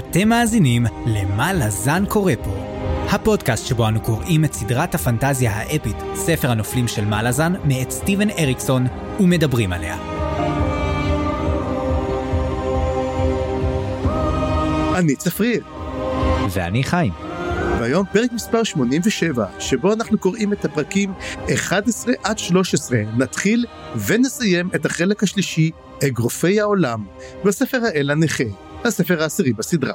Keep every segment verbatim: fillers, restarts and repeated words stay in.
אתם מאזינים למה לזן קורא פה, הפודקאסט שבו אנו קוראים את סדרת הפנטזיה האפית ספר הנופלים של מה לזן מאת סטיבן אריקסון ומדברים עליה. אני צפריר. ואני חיים. והיום פרק מספר שמונים ושבע, שבו אנחנו קוראים את הפרקים אחת עשרה עד שלוש עשרה. נתחיל ונסיים את החלק השלישי, אגרופי העולם, בספר האל הנכה, הספר העשירי בסדרה.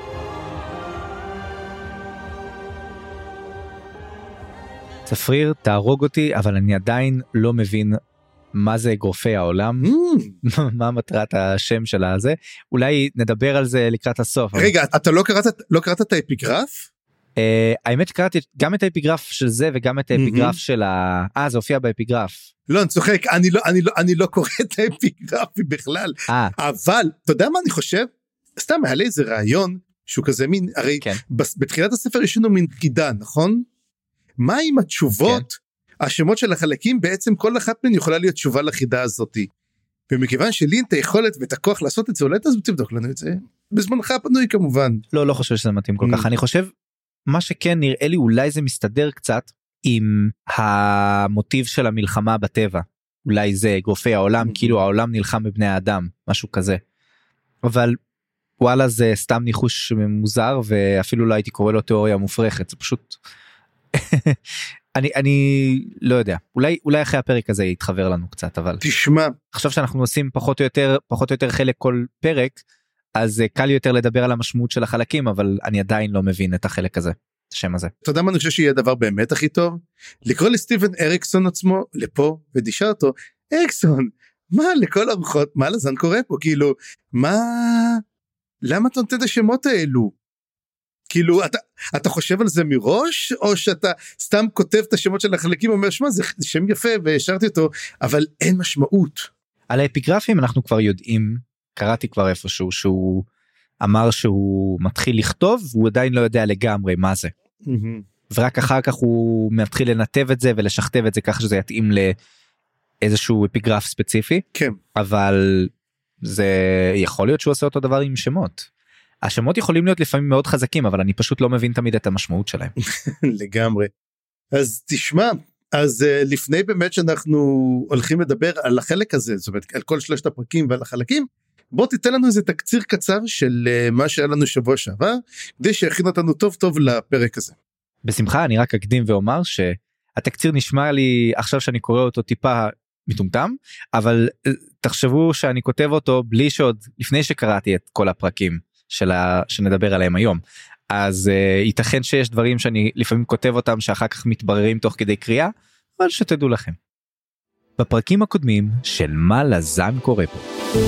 צפריר, תהרוג אותי, אבל אני עדיין לא מבין מה זה אגרופי העולם, mm. מה מטרת השם של הזה. אולי נדבר על זה לקראת הסוף. רגע, אתה לא קראת, לא קראת את האפיגרף? Uh, האמת שקראתי גם את האפיגרף של זה וגם את האפיגרף mm-hmm. של ה... אה, זה הופיע באפיגרף. לא, אני צוחק, אני לא, אני לא, אני לא קורא את האפיגרף בכלל. 아. אבל, אתה יודע מה אני חושב? סתם, היה לי איזה רעיון, שהוא כזה מין, הרי כן. בתחילת הספר יש לנו מין חידה, נכון? מה עם התשובות, כן. השמות של החלקים, בעצם כל אחת מהן יכולה להיות תשובה לחידה הזאת. ומכיוון שלי את היכולת ואת הכוח לעשות את זה, אולי תבדוק לנו את זה, בזמנך הפנוי כמובן. לא, לא חושב שזה מתאים כל כך. אני חושב, מה שכן נראה לי, אולי זה מסתדר קצת, עם המוטיב של המלחמה בטבע. אולי זה אגרופי העולם, כאילו העולם נלחם בבני האדם, משהו כזה. אבל וואלה, זה סתם ניחוש מוזר, ואפילו לא הייתי קורא לו תיאוריה מופרכת, זה פשוט... אני אני לא יודע, אולי אולי אחרי הפרק הזה יתחבר לנו קצת, אבל תשמע, עכשיו שאנחנו עושים פחות או יותר פחות או יותר חלק כל פרק, אז קל יותר לדבר על המשמעות של החלקים, אבל אני עדיין לא מבין את החלק הזה, את השם הזה. אתה יודע מה אני חושב שיהיה הדבר באמת הכי טוב? לקרוא לסטיבן אריקסון עצמו לפה ודשאל אותו, אריקסון, מה לכל הרוחות, מה לזן קורה פה? כאילו, מה, למה אתה נותן את השמות האלו? כאילו, אתה, אתה חושב על זה מראש, או שאתה סתם כותב את השמות של החלקים, ואומר, שמה, זה שם יפה, והשארתי אותו, אבל אין משמעות. על האפיגרפים אנחנו כבר יודעים, קראתי כבר איפשהו, שהוא אמר שהוא מתחיל לכתוב, והוא עדיין לא יודע לגמרי מה זה. Mm-hmm. ורק אחר כך הוא מתחיל לנתב את זה, ולשכתב את זה כך שזה יתאים לאיזשהו אפיגרף ספציפי. כן. אבל זה יכול להיות שהוא עושה אותו דבר עם שמות. השמות יכולים להיות לפעמים מאוד חזקים, אבל אני פשוט לא מבין תמיד את המשמעות שלהם. לגמרי. אז תשמע, אז uh, לפני באמת שאנחנו הולכים לדבר על החלק הזה, זאת אומרת, על כל שלושת הפרקים ועל החלקים, בוא תיתן לנו איזה תקציר קצר של uh, מה שהיה לנו שבוע שעבר, כדי שיכין אותנו טוב טוב לפרק הזה. בשמחה, אני רק אקדים ואומר שהתקציר נשמע לי, עכשיו שאני קורא אותו טיפה מטומטם, אבל uh, תחשבו שאני כותב אותו בלי שעוד, לפני שקראתי את כל הפרקים, שלה, שנדבר עליהם היום. אז uh, ייתכן שיש דברים שאני לפעמים כותב אותם שאחר כך מתבררים תוך כדי קריאה, אבל שתדעו לכם. בפרקים הקודמים של מה לזן קורא פה.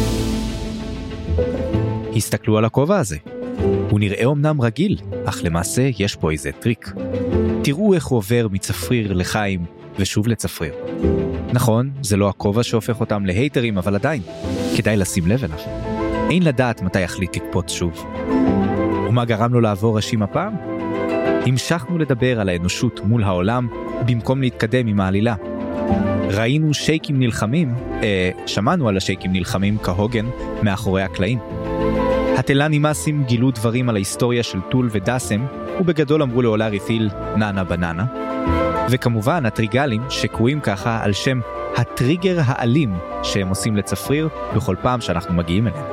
הסתכלו על הכובע הזה. הוא נראה אומנם רגיל, אך למעשה יש פה איזה טריק. תראו איך הוא עובר מצפריר לחיים ושוב לצפריר. נכון, זה לא הכובע שהופך אותם להייטרים, אבל עדיין, כדאי לשים לב אליו. אין לדעת מתי יחליט לקפוץ שוב. ומה גרם לו לעבור ראשים הפעם? המשכנו לדבר על האנושות מול העולם, במקום להתקדם עם העלילה. ראינו שייקים נלחמים, אה, שמענו על השייקים נלחמים כהוגן מאחורי הקלעים. הטלנימאסים גילו דברים על ההיסטוריה של טול ודסם, ובגדול אמרו לאולרי תיל, ננה בננה. וכמובן הטריגלים שקרויים ככה על שם הטריגר האלים שהם עושים לצפריר בכל פעם שאנחנו מגיעים אליהם.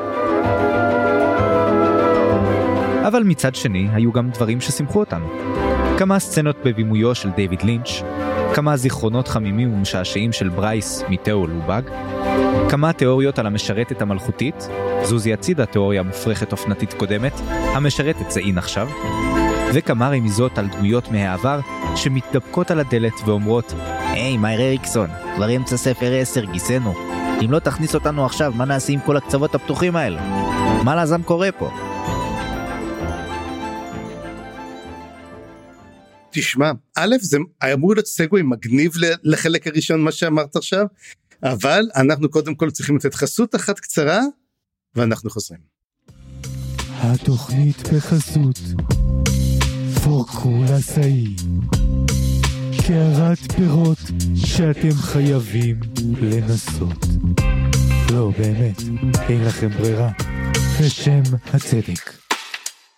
אבל מצד שני היו גם דברים ששמחו אותנו. כמה סצנות בבימויו של דיוויד לינץ', כמה זיכרונות חמימים ומשעשעים של ברייס מתאו לובג, כמה תיאוריות על המשרתת המלכותית, זוזי הצידה תיאוריה מופרכת אופנתית קודמת, המשרתת זה אין עכשיו, וכמה רמיזות על דמויות מהעבר שמתדפקות על הדלת ואומרות, היי, מאיר אריקסון, כבר אמצע ספר עשר, גיסנו. אם לא תכניס אותנו עכשיו, מה נעשה עם כל הקצוות הפתוחים האלה? מה לזן קורה פה? תשמע, א', זה אמור להיות סגווי מגניב לחלק הראשון, מה שאמרת עכשיו, אבל אנחנו קודם כל צריכים לתת חסות אחת קצרה, ואנחנו חוזרים. התוכנית בחסות פורקול הסאי, קערת פירות שאתם חייבים לנסות. לא, באמת, אין לכם ברירה. בשם הצדק.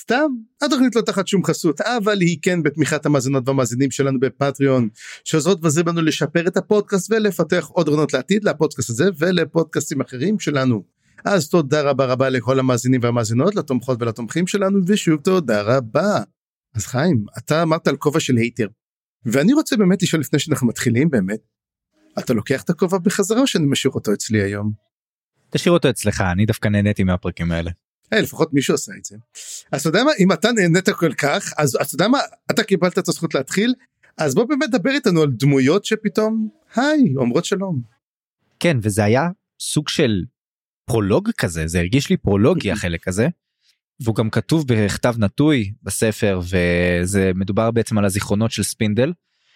סתם, התוכנית לא תחת שום חסות, אבל היא כן בתמיכת המאזינות והמאזינים שלנו בפטריון, שעוזרות ועוזרים לנו לשפר את הפודקאסט ולפתח עוד רעיונות לעתיד לפודקאסט הזה ולפודקאסטים אחרים שלנו. אז תודה רבה רבה לכל המאזינים והמאזינות, לתומכות ולתומכים שלנו, ושוב תודה רבה. אז חיים, אתה אמרת על כובע של הייטר, ואני רוצה באמת לשאול לפני שאנחנו מתחילים באמת, אתה לוקח את הכובע בחזרה או שאני משאיר אותו אצלי היום? תשאיר אותו אצלך, אני דווקא נהניתי מהפרקים האלה. היי, לפחות מישהו עשה את זה. אז אתה יודע מה, אם אתה נהנית כל כך, אז אתה יודע מה, אתה קיבלת את הזכות להתחיל, אז בוא באמת דבר איתנו על דמויות שפתאום, היי, אומרות שלום. כן, וזה היה סוג של פרולוג כזה, זה הרגיש לי פרולוגי החלק הזה, והוא גם כתוב בכתב נטוי בספר, וזה מדובר בעצם על הזיכרונות של ספינדל,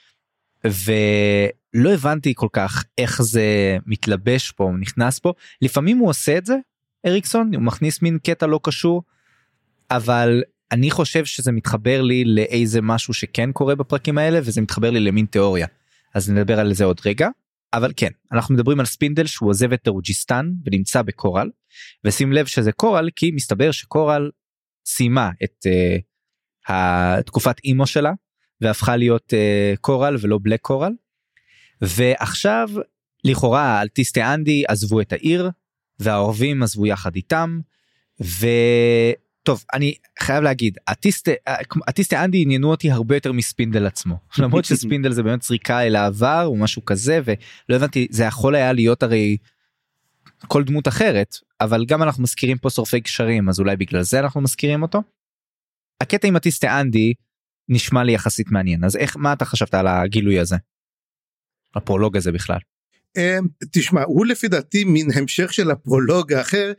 ולא הבנתי כל כך איך זה מתלבש פה, הוא נכנס פה, לפעמים הוא עושה את זה, אריקסון, הוא מכניס מין קטע לא קשור, אבל אני חושב שזה מתחבר לי לאיזה משהו שכן קורה בפרקים האלה, וזה מתחבר לי למין תיאוריה, אז נדבר על זה עוד רגע, אבל כן, אנחנו מדברים על ספינדל שהוא עוזב את טרוג'יסטן ונמצא בקורל, ושים לב שזה קורל כי מסתבר שקורל סיימה את uh, התקופת אימו שלה, והפכה להיות uh, קורל ולא בלק קורל, ועכשיו לכאורה אלטיסטי אנדי עזבו את העיר, והעורבים עזבו יחד איתם, וטוב, אני חייב להגיד, אלטיסטי אנדי עניינו אותי הרבה יותר מספינדל עצמו, למרות שספינדל זה באמת זריקה אל העבר, או משהו כזה, ולא הבנתי, זה יכול היה להיות הרי כל דמות אחרת, אבל גם אנחנו מזכירים פה שורפי קשרים, אז אולי בגלל זה אנחנו מזכירים אותו. הקטע עם אלטיסטי אנדי נשמע לי יחסית מעניין, אז איך, מה אתה חשבת על הגילוי הזה? הפרולוג הזה בכלל? תשמע, הוא לפי דעתי מין המשך של הפרולוג האחר,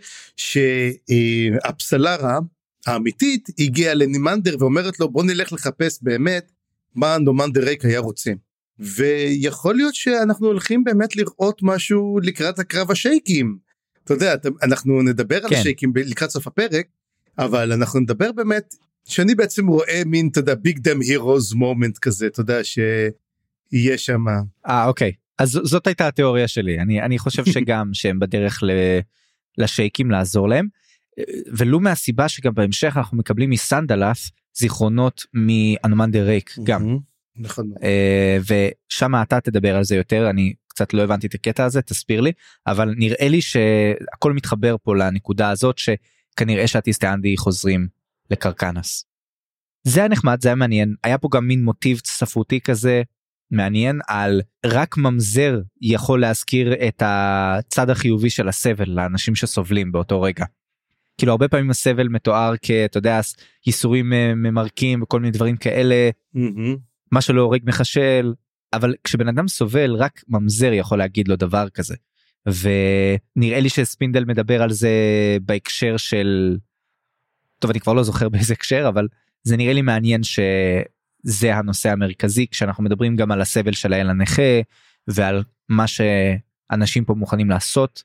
שהפסלרה האמיתית הגיעה לנימנדר ואומרת לו בוא נלך לחפש באמת מה נומנדר ריק היה רוצה, ויכול להיות שאנחנו הולכים באמת לראות משהו לקראת הקרב השייקים, אתה יודע, אנחנו נדבר על השייקים לקראת סוף הפרק, אבל אנחנו נדבר באמת שאני בעצם רואה מין, אתה יודע, ביג דם הירוז מומנט כזה, אתה יודע שיהיה שם. אה אוקיי, אז זאת הייתה התיאוריה שלי, אני, אני חושב שגם שהם בדרך ל, לשייקים לעזור להם, ולו מהסיבה שגם בהמשך אנחנו מקבלים מסנדלף זיכרונות מאנומנדר ריק גם. נכון. ושם אתה תדבר על זה יותר, אני קצת לא הבנתי את הקטע הזה, תסביר לי, אבל נראה לי שהכל מתחבר פה לנקודה הזאת, שכנראה שאטיסטי אנדי חוזרים לקרקנס. זה היה נחמד, זה היה מעניין, היה פה גם מין מוטיב ספרותי כזה, מעניין על רק ממזר יכול להזכיר את הצד החיובי של הסבל לאנשים שסובלים באותו רגע. כאילו הרבה פעמים הסבל מתואר כאתה יודע ייסורים ממרקים וכל מיני דברים כאלה, mm-hmm. מה שלא הורג מחשל, אבל כשבן אדם סובל רק ממזר יכול להגיד לו דבר כזה, ונראה לי שספינדל מדבר על זה בהקשר של, טוב אני כבר לא זוכר באיזה הקשר, אבל זה נראה לי מעניין ש... זה הנושא המרכזי, כשאנחנו מדברים גם על הסבל של האל הנכה, ועל מה שאנשים פה מוכנים לעשות,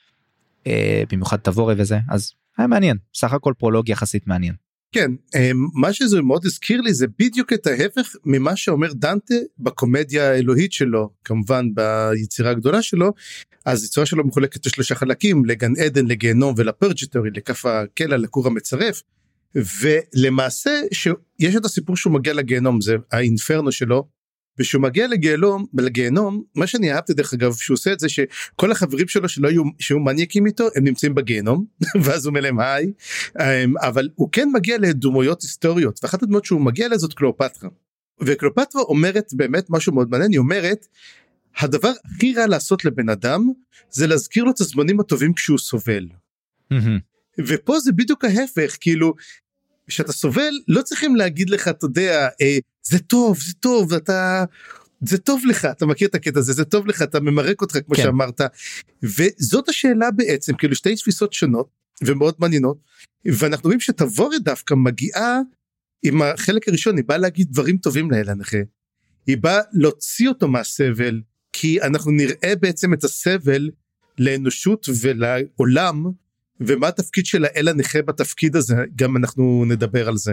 במיוחד תבורי וזה, אז היה מעניין, סך הכל פרולוג יחסית מעניין. כן, מה שזה מאוד הזכיר לי, זה בדיוק את ההפך ממה שאומר דנטה בקומדיה האלוהית שלו, כמובן ביצירה הגדולה שלו, אז היצירה שלו מחולקת לשלושה חלקים, לגן עדן, לגיהנום ולפרג'טורי, לכף הקלע, לכור המצרף, ולמעשה שיש את הסיפור שהוא מגיע לגיהנום, זה האינפרנו שלו, ושהוא מגיע לגיהנום, לגיהנום, מה שאני אהבתי דרך אגב, שהוא עושה את זה שכל החברים שלו שלא היו, שהוא מניאקים איתו, הם נמצאים בגיהנום, ואז הוא אומר להם היי, אבל הוא כן מגיע לדמויות היסטוריות, ואחת הדמות שהוא מגיע לזאת קליאופטרה, וקליאופטרה אומרת באמת משהו מאוד מעניין, היא אומרת, הדבר הכי רע לעשות לבן אדם, זה להזכיר לו את הזמנים הטובים כשהוא סובל. ופה זה בדיוק ההפך, כאילו, כשאתה סובל, לא צריכים להגיד לך, אתה יודע, אה, זה טוב, זה טוב, אתה, זה טוב לך, אתה מכיר את הקטע הזה, זה טוב לך, אתה ממרק אותך, כמו כן. שאמרת, וזאת השאלה בעצם, כאילו, שתי תפיסות שונות, ומאוד מעניינות, ואנחנו רואים שתבורי דווקא מגיעה, עם החלק הראשון, היא באה להגיד דברים טובים לאל הנכה, היא באה להוציא אותו מהסבל, כי אנחנו נראה בעצם את הסבל, לאנושות ולעולם, ומה התפקיד של האל הנכה בתפקיד הזה, גם אנחנו נדבר על זה.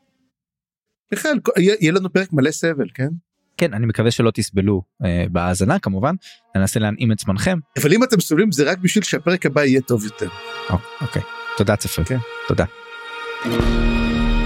בכלל, יהיה לנו פרק מלא סבל, כן? כן, אני מקווה שלא תסבלו אה, בהאזנה, כמובן, ננסה להנעים את זמנכם. אבל אם אתם סובלים, זה רק בשביל שהפרק הבא יהיה טוב יותר. אוקיי, תודה צפרי, okay. תודה.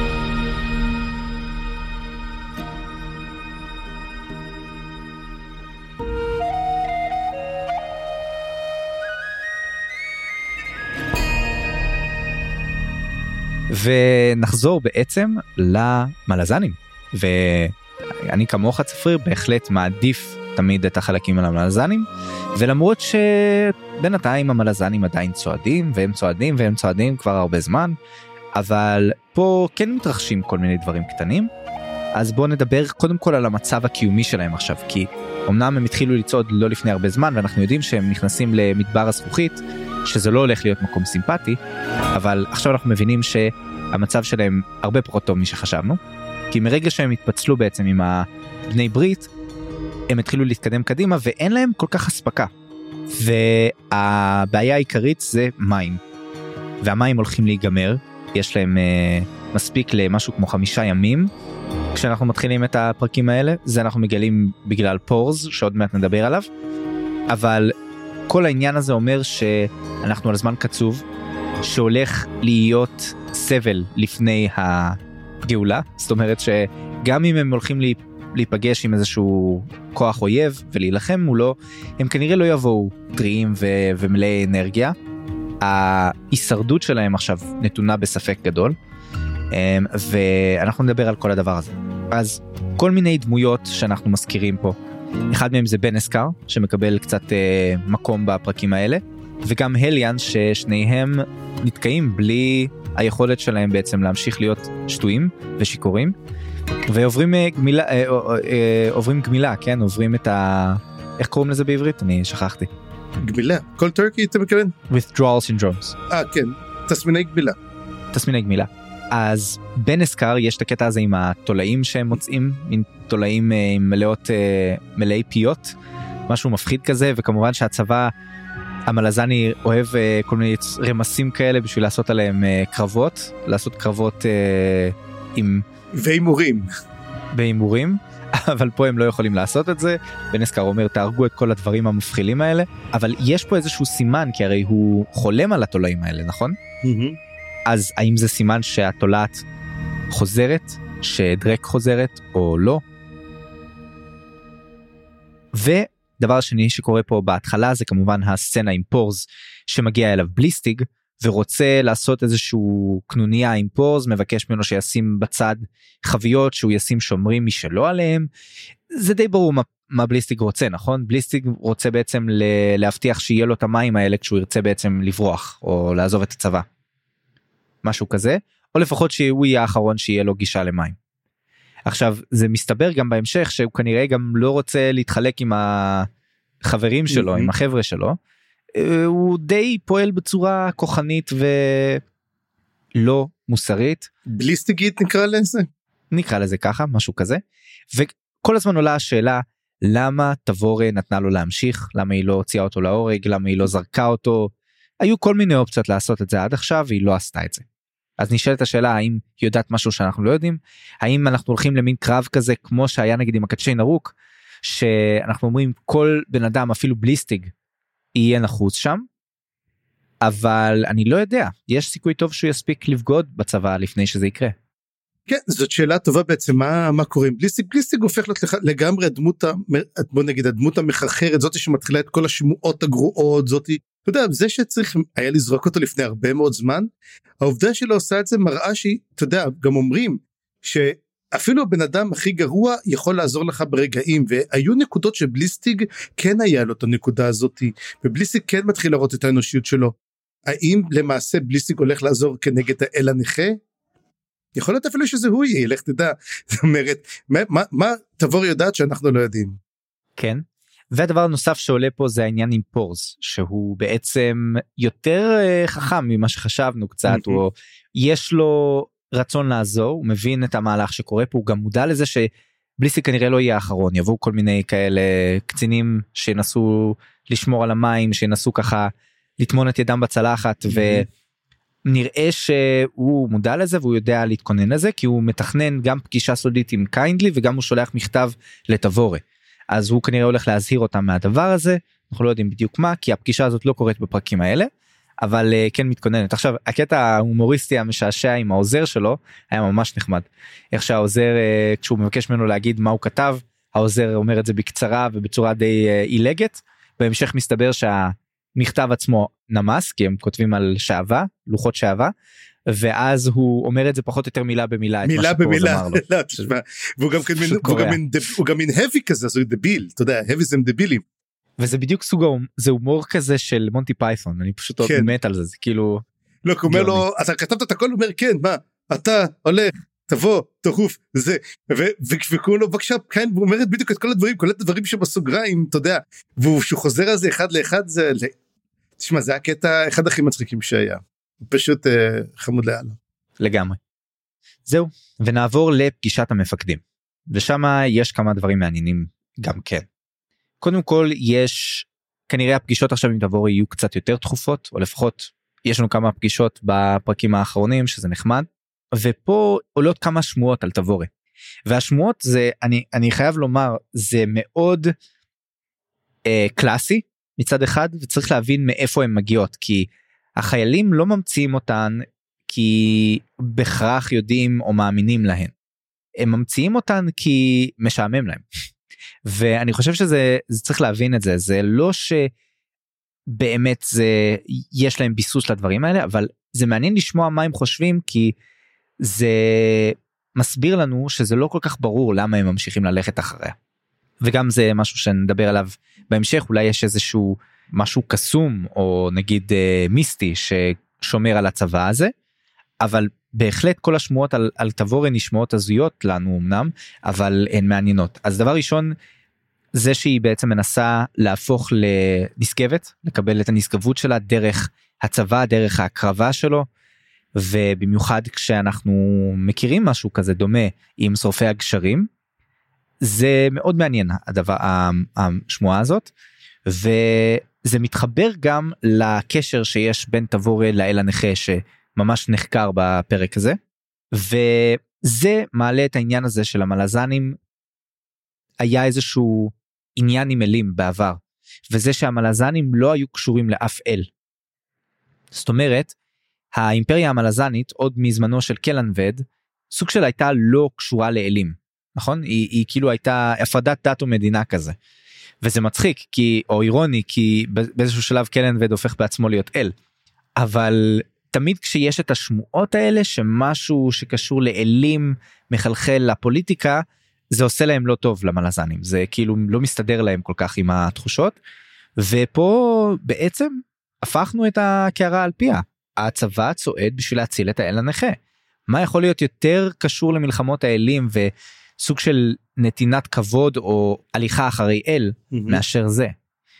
ונחזור בעצם למלזנים, ואני כמוך צפריר בהחלט מעדיף תמיד את החלקים על המלזנים, ולמרות שבינתיים המלזנים עדיין צועדים, והם צועדים והם צועדים כבר הרבה זמן, אבל פה כן מתרחשים כל מיני דברים קטנים, אז בואו נדבר קודם כל על המצב הקיומי שלהם עכשיו, כי אמנם הם התחילו לצעוד לא לפני הרבה זמן, ואנחנו יודעים שהם נכנסים למדבר הזכוכית, שזה לא הולך להיות מקום סימפטי, אבל עכשיו אנחנו מבינים שהמצב שלהם הרבה פחות טוב משחשבנו, כי מרגע שהם התפצלו בעצם עם הבני ברית, הם התחילו להתקדם קדימה, ואין להם כל כך הספקה. והבעיה העיקרית זה מים. והמים הולכים להיגמר, יש להם uh, מספיק למשהו כמו חמישה ימים, כשאנחנו מתחילים את הפרקים האלה, זה אנחנו מגלים בגלל פורז, שעוד מעט נדבר עליו, אבל כל העניין הזה אומר שאנחנו על זמן קצוב, שהולך להיות סבל לפני הגאולה, זאת אומרת שגם אם הם הולכים להיפגש עם איזשהו כוח אויב ולהילחם מולו, הם כנראה לא יבואו טריים ו- ומלאי אנרגיה, ההישרדות שלהם עכשיו נתונה בספק גדול, ואנחנו נדבר על כל הדבר הזה. אז כל מיני דמויות שאנחנו מזכירים פה, אחד מהם זה בן אסקר, שמקבל קצת אה, מקום בפרקים האלה, וגם הליאן, ששניהם נתקעים בלי היכולת שלהם בעצם להמשיך להיות שטויים ושיקורים, ועוברים אה, גמילה, אה, אה, אה, עוברים גמילה, כן? עוברים את ה... איך קוראים לזה בעברית? אני שכחתי. גמילה? כל טורקי אתה מכוון? withdrawal syndromes. אה, כן. תסמיני גמילה. תסמיני גמילה. אז בן אסקר יש את הקטע הזה עם התולעים שהם מוצאים, מין תולעים עם מלאות, מלאי פיות, משהו מפחיד כזה, וכמובן שהצבא המלזני אוהב כל מיני רמסים כאלה בשביל לעשות עליהם קרבות, לעשות קרבות עם... ואימורים. באימורים, אבל פה הם לא יכולים לעשות את זה, בן אסקר אומר תהרגו את כל הדברים המפחילים האלה, אבל יש פה איזשהו סימן, כי הרי הוא חולם על התולעים האלה, נכון? Mm-hmm. אז האם זה סימן שהתולעת חוזרת, שדרק חוזרת או לא? ודבר שני שקורה פה בהתחלה זה כמובן הסצנה עם פורז שמגיע אליו בליסטיג ורוצה לעשות איזשהו קנוניה עם פורז, מבקש ממנו שישים בצד חביות, שהוא ישים שומרים משלו עליהם. זה די ברור מה, מה בליסטיג רוצה, נכון? בליסטיג רוצה בעצם להבטיח שיהיה לו את המים האלה כשהוא ירצה בעצם לברוח או לעזוב את הצבא. משהו כזה, או לפחות שהוא יהיה האחרון שיהיה לו גישה למים. עכשיו, זה מסתבר גם בהמשך שהוא כנראה גם לא רוצה להתחלק עם החברים שלו, עם החבר'ה שלו, הוא די פועל בצורה כוחנית ולא מוסרית. בליסטיגית נקרא לזה? נקרא לזה ככה, משהו כזה, וכל הזמן עולה השאלה, למה תבורה נתנה לו להמשיך, למה היא לא הוציאה אותו להורג, למה היא לא זרקה אותו, היו כל מיני אופציות לעשות את זה עד עכשיו, והיא לא עשתה את זה. אז נשאלת השאלה, האם היא יודעת משהו שאנחנו לא יודעים? האם אנחנו הולכים למין קרב כזה, כמו שהיה נגיד עם הקדשי נרוק, שאנחנו אומרים, כל בן אדם, אפילו בליסטיג, יהיה נחוץ שם, אבל אני לא יודע, יש סיכוי טוב שהוא יספיק לבגוד בצבא לפני שזה יקרה. כן, זאת שאלה טובה בעצם, מה, מה קוראים? בליסטיג, בליסטיג הופך להיות לגמרי הדמות, בוא נגיד, הדמות המחרחרת, זאת שמתחילה את כל השמועות הגרועות, זאת, אתה יודע, זה שצריך היה לזרוק אותו לפני הרבה מאוד זמן, העובדה שלא עושה את זה מראה שהיא, אתה יודע, גם אומרים, שאפילו הבן אדם הכי גרוע יכול לעזור לך ברגעים, והיו נקודות שבליסטיג כן היה לו את הנקודה הזאת, ובליסטיג כן מתחיל לראות את האנושיות שלו. האם למעשה בליסטיג הולך לעזור כנגד האל הנכה? יכול להיות אפילו שזה הוא יהיה, לך תדע. זאת אומרת, מה, מה, מה תבור יודעת שאנחנו לא יודעים? כן. והדבר הנוסף שעולה פה זה העניין עם פורז, שהוא בעצם יותר חכם ממה שחשבנו קצת, או יש לו רצון לעזור, הוא מבין את המהלך שקורה פה, הוא גם מודע לזה שבליסטיג כנראה לא יהיה האחרון, יבואו כל מיני כאלה קצינים שינסו לשמור על המים, שינסו ככה לטמון את ידם בצלחת, ונראה שהוא מודע לזה, והוא יודע להתכונן לזה, כי הוא מתכנן גם פגישה סודית עם קיינדלי, וגם הוא שולח מכתב לתבורה. אז הוא כנראה הולך להזהיר אותם מהדבר הזה, אנחנו לא יודעים בדיוק מה, כי הפגישה הזאת לא קורית בפרקים האלה, אבל uh, כן מתכוננת. עכשיו, הקטע ההומוריסטי המשעשע עם העוזר שלו, היה ממש נחמד. איך שהעוזר, uh, כשהוא מבקש ממנו להגיד מה הוא כתב, העוזר אומר את זה בקצרה ובצורה די uh, אילגת, בהמשך מסתבר שהמכתב עצמו נמס, כי הם כותבים על שעבה, לוחות שעבה, ואז הוא אומר את זה פחות או יותר מילה במילה. מילה במילה, לא, תשמע, והוא גם מין heavy כזה, זה דביל, אתה יודע, heavy זה דבילים. וזה בדיוק סוג, זה הומור כזה של מונטי פייתון, אני פשוט עוד מת על זה, זה כאילו... לא, הוא אומר לו, אתה כתבת את הכל, הוא אומר, כן, מה, אתה הולך, תבוא, תחוף, זה, וכאילו לו, בבקשה, כן, והוא אומר בדיוק את כל הדברים, כל הדברים שבסוגריים, אתה יודע, והוא חוזר על זה אחד לאחד, זה, תשמע, זה הקטע אחד הכי מצחיקים שהיה, פשוט חמוד לאללה. לגמרי. זהו, ונעבור לפגישת המפקדים, ושם יש כמה דברים מעניינים גם כן. קודם כל, יש, כנראה הפגישות עכשיו עם תבורי יהיו קצת יותר תכופות, או לפחות יש לנו כמה פגישות בפרקים האחרונים, שזה נחמד, ופה עולות כמה שמועות על תבורי, והשמועות זה, אני, אני חייב לומר, זה מאוד אה, קלאסי מצד אחד, וצריך להבין מאיפה הן מגיעות, כי החיילים לא ממציאים אותן, כי בכרח יודעים או מאמינים להן, הם ממציאים אותן כי משעמם להם, ואני חושב שזה, זה צריך להבין את זה, זה לא שבאמת זה, יש להם ביסוס לדברים האלה, אבל זה מעניין לשמוע מה הם חושבים, כי זה מסביר לנו שזה לא כל כך ברור למה הם ממשיכים ללכת אחריה. וגם זה משהו שנדבר עליו בהמשך, אולי יש איזשהו משהו קסום, או נגיד מיסטי, ששומר על הצבא הזה, אבל בהחלט כל השמועות על, על תבורי נשמעות הזויות לנו אמנם, אבל הן מעניינות. אז דבר ראשון, זה שהיא בעצם מנסה להפוך לנשגבת, לקבל את הנשגבות שלה דרך הצבא, דרך ההקרבה שלו, ובמיוחד כשאנחנו מכירים משהו כזה דומה עם שורפי הגשרים, זה מאוד מעניין הדבר, השמועה הזאת, וזה מתחבר גם לקשר שיש בין תבורי לאל הנכה, שממש נחקר בפרק הזה, וזה מעלה את העניין הזה של המלזנים, היה איזשהו עניין עם אלים בעבר, וזה שהמלזנים לא היו קשורים לאף אל. זאת אומרת, האימפריה המלזנית, עוד מזמנו של קלנבד, סוג של הייתה לא קשורה לאלים, נכון? היא, היא כאילו הייתה הפרדת דת ומדינה כזה. וזה מצחיק, כי, או אירוני, כי באיזשהו שלב קלנבד הופך בעצמו להיות אל. אבל תמיד כשיש את השמועות האלה, שמשהו שקשור לאלים מחלחל לפוליטיקה, זה עושה להם לא טוב למלזנים. זה כאילו לא מסתדר להם כל כך עם התחושות. ופה בעצם הפכנו את הקערה על פיה. הצבא צועד בשביל להציל את האל הנכה. מה יכול להיות יותר קשור למלחמות האלים וסוג של נתינת כבוד או הליכה אחרי אל mm-hmm. מאשר זה.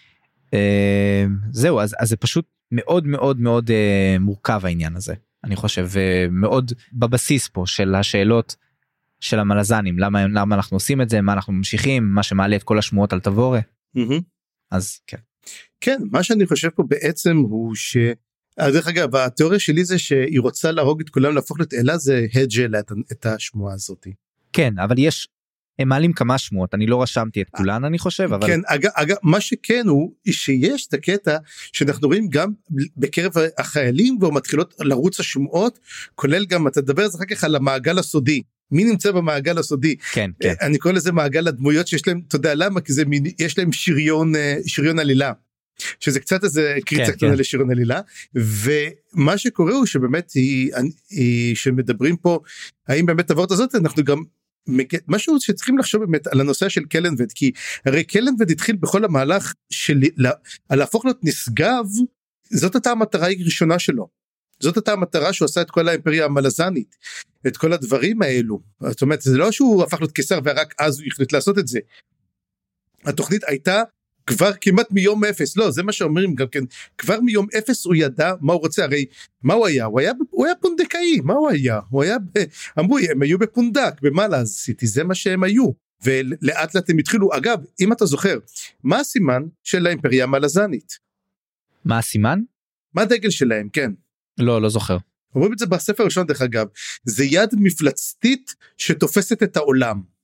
אה, זהו, אז, אז זה פשוט מאוד מאוד מאוד אה, מורכב העניין הזה. אני חושב אה, מאוד בבסיס פה של השאלות של המלזנים, למה, למה אנחנו עושים את זה, מה אנחנו ממשיכים, מה שמעלה את כל השמועות על תבורי. Mm-hmm. אז כן. כן, מה שאני חושב פה בעצם הוא ש... דרך אגב, התיאוריה שלי זה שהיא רוצה להרוג את כולם, להפוך את אלה, זה הג'לה את השמועה הזאת. כן, אבל יש, הם מעלים כמה שמועות, אני לא רשמתי את כולן, אני חושב, אבל... כן, אגב, אגב, מה שכן הוא, שיש את הקטע, שאנחנו רואים גם בקרב החיילים, ומתחילות לרוץ השמועות, כולל גם, אתה תדבר אחר כך על המעגל הסודי, מי נמצא במעגל הסודי? כן, כן. אני קורא לזה מעגל הדמויות שיש להם, אתה יודע למה? כי זה, יש להם שריון, שריון עלילה. שזה קצת איזה קריצה קטנה לשירון עלילה, ומה שקורה הוא שבאמת היא, היא, שמדברים פה, האם באמת עברת הזאת, אנחנו גם, משהו שצריכים לחשוב באמת על הנושא של קלנבד, כי הרי קלנבד התחיל בכל המהלך של, על להפוך להיות נשגב, זאת הייתה המטרה הראשונה שלו, זאת הייתה המטרה שהוא עשה את כל האימפריה המלזנית, את כל הדברים האלו, זאת אומרת, זה לא שהוא הפך להיות קיסר, ורק אז הוא החליט לעשות את זה, התוכנית הייתה, כבר כמעט מיום אפס, לא, זה מה שאומרים גם כן, כבר מיום אפס הוא ידע מה הוא רוצה, הרי מה הוא היה? הוא היה, הוא היה פונדקאי, מה הוא היה? הוא היה, אמרו, הם היו בפונדק, במה עשיתי, זה מה שהם היו, ולאט לאט הם התחילו, אגב, אם אתה זוכר, מה הסימן של האימפריה המלזנית? מה הסימן? מה הדגל שלהם, כן. לא, לא זוכר. אומרים את זה בספר הראשון דרך אגב, זה יד מפלצתית שתופסת את העולם.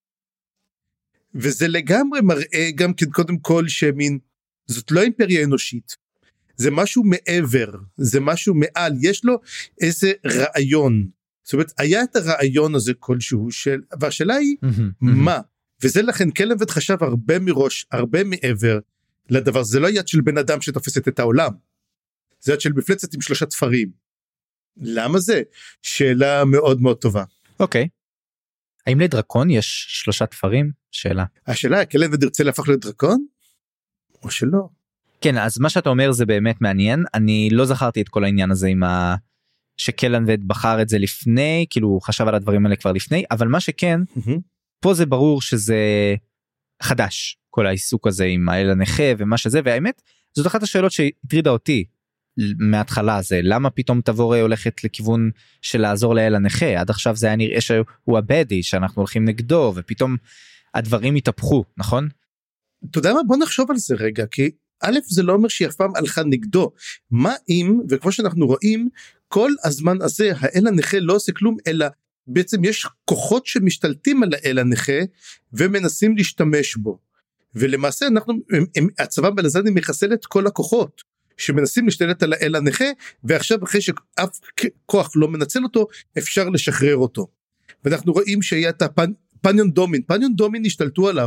וזה לגמרי מראה גם כן קודם כל שמין, זאת לא אימפריה אנושית, זה משהו מעבר, זה משהו מעל, יש לו איזה רעיון, זאת אומרת, היה את הרעיון הזה כלשהו, של, והשאלה היא, mm-hmm, מה? Mm-hmm. וזה לכן קלנבד חשב הרבה מראש, הרבה מעבר לדבר, זה לא יד של בן אדם שתופסת את העולם, זה יד של מפלצת עם שלושה תפרים, למה זה? שאלה מאוד מאוד טובה. אוקיי. האם לדרקון יש שלושה תפרים? שאלה. השאלה, הכלב ודרצל הפך לדרקון? או שלא? כן, אז מה שאתה אומר זה באמת מעניין. אני לא זכרתי את כל העניין הזה עם ה... שקלנבד בחר את זה לפני, כאילו הוא חשב על הדברים האלה כבר לפני, אבל מה שכן, mm-hmm. פה זה ברור שזה חדש, כל העיסוק הזה עם האל הנכה ומה שזה, והאמת, זאת אחת השאלות שהטרידה אותי מההתחלה, זה למה פתאום תבורה הולכת לכיוון של לעזור לאל הנכה, עד עכשיו זה היה נראה שהוא הבדי, שאנחנו הולכים נגדו, ופתאום הדברים התהפכו, נכון? אתה יודע מה, בוא נחשוב על זה רגע, כי א' זה לא אומר שהיא אף פעם הלכה נגדו, מה אם, וכמו שאנחנו רואים, כל הזמן הזה האל הנכה לא עושה כלום, אלא בעצם יש כוחות שמשתלטים על האל הנכה, ומנסים להשתמש בו, ולמעשה אנחנו, הם, הם, הצבא בלזני מחסל את כל הכוחות, שמנסים להשתלט על האל הנכה, ועכשיו אחרי שאף כוח לא מנצל אותו, אפשר לשחרר אותו, ואנחנו רואים שהיה את הפניון דומין, פניון דומין השתלטו עליו.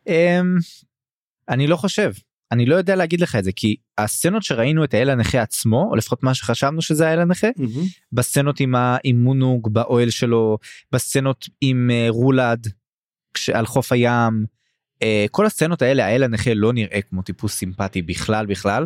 אני לא חושב, אני לא יודע להגיד לך את זה, כי הסצנות שראינו את האל הנכה עצמו, או לפחות מה שחשבנו שזה האל הנכה, mm-hmm. בסצנות עם האימונוג באוהל שלו, בסצנות עם uh, רולד, על חוף הים, uh, כל הסצנות האלה, האל הנכה לא נראה כמו טיפוס סימפטי בכלל בכלל,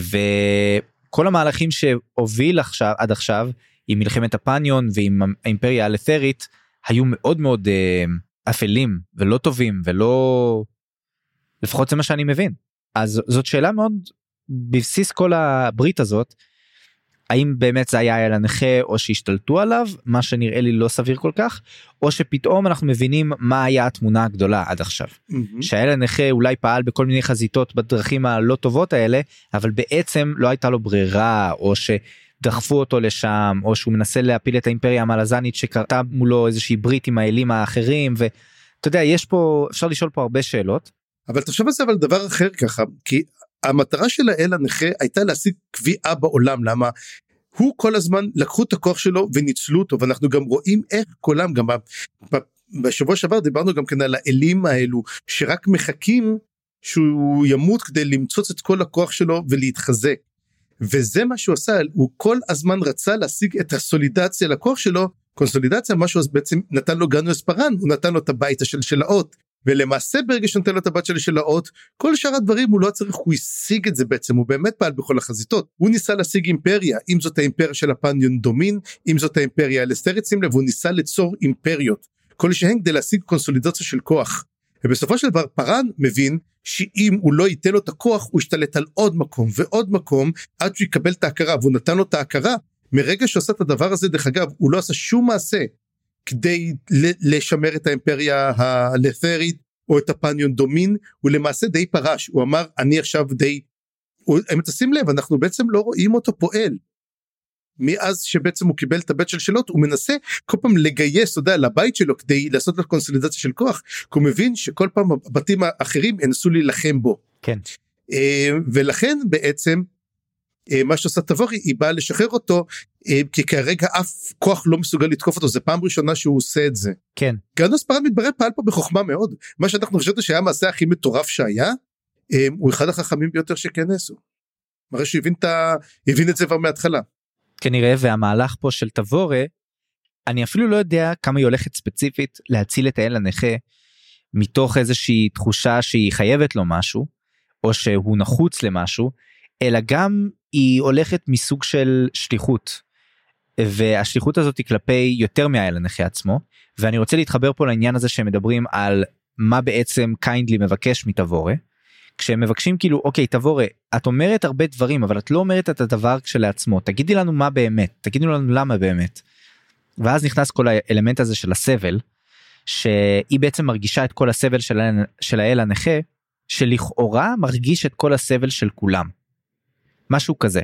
וכל המהלכים שהוביל עכשיו, עד עכשיו, עם מלחמת הפניון ועם האימפריה האלת'רית, היו מאוד מאוד uh, אפלים, ולא טובים, ולא... לפחות זה מה שאני מבין. אז זאת שאלה מאוד, בבסיס כל הברית הזאת, האם באמת זה היה האל הנכה, או שהשתלטו עליו, מה שנראה לי לא סביר כל כך, או שפתאום אנחנו מבינים מה היה התמונה הגדולה עד עכשיו. Mm-hmm. שהאל הנכה אולי פעל בכל מיני חזיתות בדרכים הלא טובות האלה, אבל בעצם לא הייתה לו ברירה, או שדחפו אותו לשם, או שהוא מנסה להפיל את האימפריה המלזנית, שקרתה מולו איזושהי ברית עם האלים האחרים, ואתה יודע, יש פה, אפשר לשאול פה הרבה שאלות, אבל תחשוב על זה אבל דבר אחר ככה, כי המטרה של האל הנכה הייתה להשיג קביעה בעולם, למה הוא כל הזמן לקחו את הכוח שלו וניצלו אותו, ואנחנו גם רואים איך כולם, גם בשבוע שעבר דיברנו גם כן על האלים האלו, שרק מחכים שהוא ימות כדי למצוץ את כל הכוח שלו ולהתחזק, וזה מה שהוא עשה, הוא כל הזמן רצה להשיג את הסולידציה לכוח שלו, קונסולידציה, משהו בעצם נתן לו גנו אספרן, הוא נתן לו את הבית של שלאות, ולמעשה ברגע שנתן לו את הבת שלי של האות, כל שאר הדברים הוא לא צריך, הוא השיג את זה בעצם, הוא באמת פעל בכל החזיתות, הוא ניסה להשיג אימפריה, אם זאת האימפריה של הפניון דומין, אם זאת האימפריה האלת'רית, שים לב, הוא ניסה ליצור אימפריות, כל שהן כדי להשיג קונסולידציה של כוח, ובסופו של דבר פרן מבין, שאם הוא לא ייתן לו את הכוח, הוא ישתלט על עוד מקום ועוד מקום, עד שהוא יקבל את ההכרה, והוא נתן לו את ההכרה, מרגע שעושה את הדבר הזה, דרך אגב, הוא לא עשה שום מעשה, כדי לשמר את האימפריה האלת'רית, או את הפניון דומין, הוא למעשה די פרש, הוא אמר, אני עכשיו די, הם תשים לב, אנחנו בעצם לא רואים אותו פועל, מאז שבעצם הוא קיבל את הבית של שאלות, הוא מנסה כל פעם לגייס, אתה יודע, לבית שלו, כדי לעשות לו קונסולידציה של כוח, כי הוא מבין שכל פעם הבתים האחרים, ינסו להילחם בו. כן. ולכן בעצם, מה שעושה תבורי, היא באה לשחרר אותו, כי כרגע אף כוח לא מסוגל לתקוף אותו, זה פעם ראשונה שהוא עושה את זה. כן. גנו אספרן מתברר פעל פה בחוכמה מאוד, מה שאנחנו חושבים שהיה המעשה הכי מטורף שהיה, הוא אחד החכמים ביותר שכנסו. מראה שהוא הבין, ה... הבין את זה כבר מההתחלה. כנראה, והמהלך פה של תבורה, אני אפילו לא יודע כמה היא הולכת ספציפית להציל את האל הנכה, מתוך איזושהי תחושה שהיא חייבת לו משהו, או שהוא נחוץ למשהו, אלא גם היא הולכת מסוג של שליחות, והשליחות הזאת היא כלפי יותר מהאל הנכה עצמו, ואני רוצה להתחבר פה לעניין הזה שהם מדברים על מה בעצם קיינדלי מבקש מתבורה, כשהם מבקשים כאילו, אוקיי תבורה, את אומרת הרבה דברים, אבל את לא אומרת את הדבר כשלעצמו, תגידי לנו מה באמת, תגידי לנו למה באמת, ואז נכנס כל האלמנט הזה של הסבל, שהיא בעצם מרגישה את כל הסבל של, של האל הנכה, שלכאורה מרגיש את כל הסבל של כולם, משהו כזה,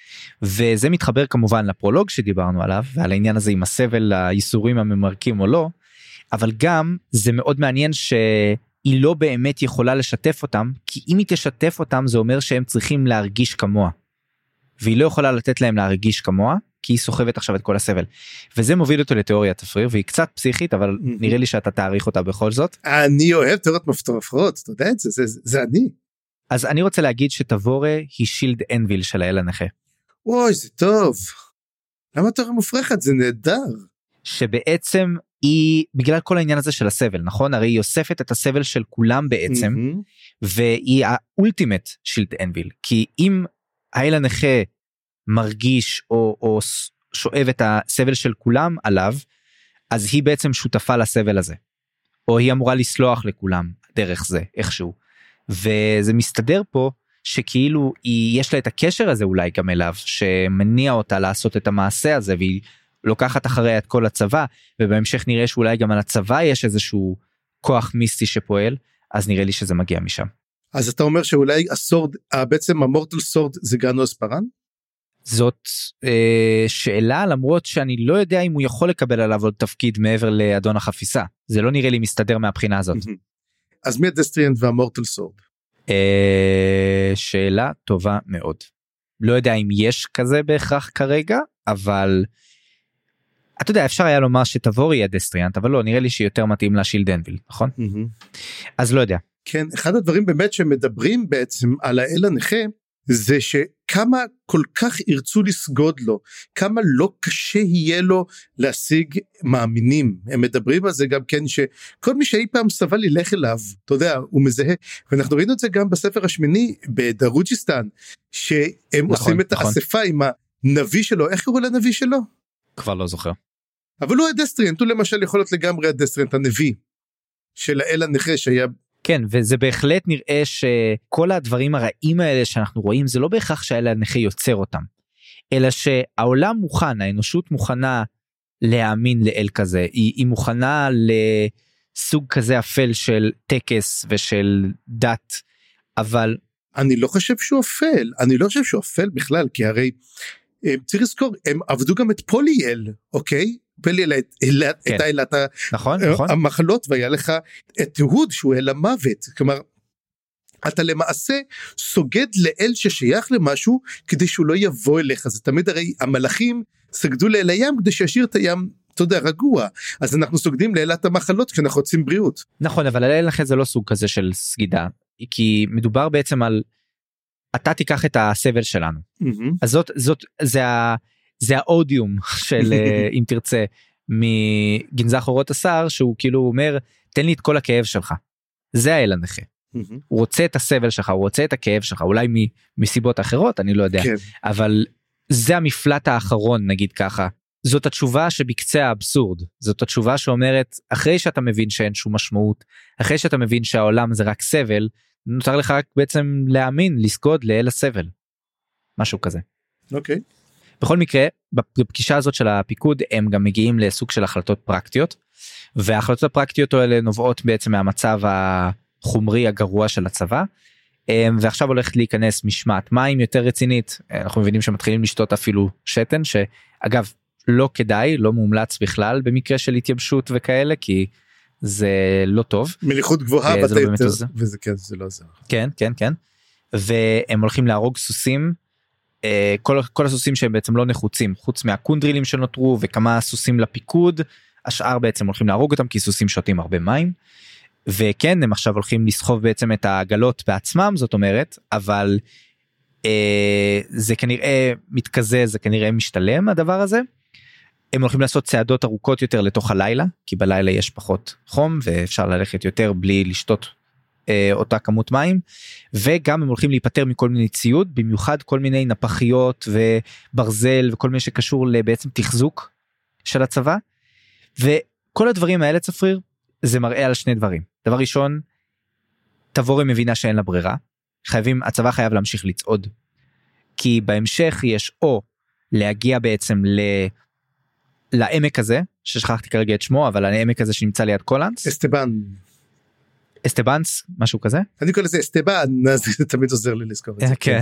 וזה מתחבר כמובן לפרולוג שדיברנו עליו, ועל העניין הזה עם הסבל, הייסורים הממרקים או לא, אבל גם זה מאוד מעניין שהיא לא באמת יכולה לשתף אותם, כי אם היא תשתף אותם זה אומר שהם צריכים להרגיש כמוה, והיא לא יכולה לתת להם להרגיש כמוה, כי היא סוחבת עכשיו את כל הסבל, וזה מוביל אותו לתיאוריית תפריר, והיא קצת פסיכית, אבל נראה לי שאתה תאריך אותה בכל זאת. אני אוהב תיאוריות מפתרפרות, אתה יודע את זה, זה, זה אני. אז אני רוצה להגיד שתבורה היא שילד אנביל של האל הנכה. אוי, זה טוב. למה תיאוריה מופרכת? זה נהדר. שבעצם היא, בגלל כל העניין הזה של הסבל, נכון? הרי היא אוספת את הסבל של כולם בעצם, mm-hmm. והיא האולטימט שילד אנביל, כי אם האל הנכה מרגיש או, או שואב את הסבל של כולם עליו, אז היא בעצם שותפה לסבל הזה, או היא אמורה לסלוח לכולם דרך זה, איכשהו, וזה מסתדר פה, שכאילו היא, יש לה את הקשר הזה אולי גם אליו, שמניע אותה לעשות את המעשה הזה, והיא לוקחת אחריה את כל הצבא, ובהמשך נראה שאולי גם על הצבא יש איזשהו כוח מיסטי שפועל, אז נראה לי שזה מגיע משם. אז אתה אומר שאולי הסורד, בעצם המורטל סורד זה גרנוס פרן? זאת אה, שאלה, למרות שאני לא יודע אם הוא יכול לקבל עליו עוד תפקיד מעבר לאדון החפיסה. זה לא נראה לי מסתדר מהבחינה הזאת. אז מי הדסטריאנט והמורטל סורד? אה, שאלה טובה מאוד. לא יודע אם יש כזה בהכרח כרגע, אבל אתה יודע, אפשר היה לומר שתבורי הדסטריאנט, אבל לא, נראה לי שיותר מתאים לשילד אנביל, נכון? אז לא יודע. כן, אחד הדברים באמת שמדברים בעצם על האל הנכה, זה שכמה כל כך ירצו לסגוד לו, כמה לא קשה יהיה לו להשיג מאמינים. הם מדברים על זה גם כן, שכל מי שאי פעם סבל ילך אליו, אתה יודע, הוא מזהה, ואנחנו ראינו את זה גם בספר השמיני, בדרוג'יסטן, שהם נכון, עושים את נכון. האספה עם הנביא שלו, איך קראו לנביא שלו? כבר לא זוכר. אבל הוא הדסטריאנט, הוא למשל יכול להיות לגמרי הדסטריאנט, הנביא של האל הנכה שהיה... כן, וזה בהחלט נראה שכל הדברים הרעים האלה שאנחנו רואים, זה לא בהכרח שהאל הנכה יוצר אותם, אלא שהעולם מוכן, האנושות מוכנה להאמין לאל כזה, היא, היא מוכנה לסוג כזה אפל של טקס ושל דת, אבל... אני לא חושב שהוא אפל, אני לא חושב שהוא אפל בכלל, כי הרי... צריך לזכור, הם עבדו גם את פוליאל, אוקיי? פוליאל הייתה אלת המחלות, והיה לך את הוד שהוא אל המוות, כלומר, אתה למעשה סוגד לאל ששייך למשהו, כדי שהוא לא יבוא אליך, זה תמיד הרי המלאכים סגדו לאל הים, כדי שישאיר את הים, אתה יודע, רגוע, אז אנחנו סוגדים לאלת המחלות, כשאנחנו רוצים בריאות. נכון, אבל האל הנכה זה לא סוג כזה של סגידה, כי מדובר בעצם על אתה תיקח את הסבל שלנו. אז זאת, זאת, זה ה, זה האודיום של, אם תרצה, מגנזך אורות השר, שהוא כאילו אומר, תן לי את כל הכאב שלך. זה האל הנכה. הוא רוצה את הסבל שלך, הוא רוצה את הכאב שלך, אולי מסיבות אחרות, אני לא יודע. אבל זה המפלט האחרון, נגיד ככה. זאת התשובה שבקצה האבסורד. זאת התשובה שאומרת, אחרי שאתה מבין שאין שום משמעות, אחרי שאתה מבין שהעולם זה רק סבל, נותר לך רק בעצם להאמין, לסגוד לאל הסבל. משהו כזה. אוקיי. בכל מקרה, בפגישה הזאת של הפיקוד, הם גם מגיעים לסוג של החלטות פרקטיות, וההחלטות הפרקטיות האלה נובעות בעצם מהמצב החומרי הגרוע של הצבא, ועכשיו הולכת להיכנס משמעת מים יותר רצינית, אנחנו מבינים שמתחילים לשתות אפילו שתן, שאגב, לא כדאי, לא מומלץ בכלל, במקרה של התייבשות וכאלה, כי זה לא טוב. מליחות גבוהה בתי יותר, וזה כן, זה לא עזר. כן, כן, כן. והם הולכים להרוג סוסים, כל, כל הסוסים שהם בעצם לא נחוצים, חוץ מהקונדרילים שנותרו, וכמה סוסים לפיקוד, השאר בעצם הולכים להרוג אותם, כי סוסים שותים הרבה מים, וכן, הם עכשיו הולכים לסחוב בעצם את העגלות בעצמם, זאת אומרת, אבל אה, זה כנראה מתקזז, זה כנראה משתלם הדבר הזה, הם הולכים לעשות צעדות ארוכות יותר לתוך הלילה, כי בלילה יש פחות חום, ואפשר ללכת יותר בלי לשתות אה, אותה כמות מים, וגם הם הולכים להיפטר מכל מיני ציוד, במיוחד כל מיני נפחיות וברזל, וכל מיני שקשור לבעצם תחזוק של הצבא, וכל הדברים האלה צפריר, זה מראה על שני דברים. דבר ראשון, תבורי מבינה שאין לה ברירה, חייבים, הצבא חייב להמשיך לצעוד, כי בהמשך יש או להגיע בעצם ל... לעמק הזה, ששכחתי כרגע את שמו, אבל העמק הזה שנמצא ליד קולנס. אסטבן. אסטבנס, משהו כזה? אני קורא לזה אסטבן, זה תמיד עוזר לי לזכור את זה. כן.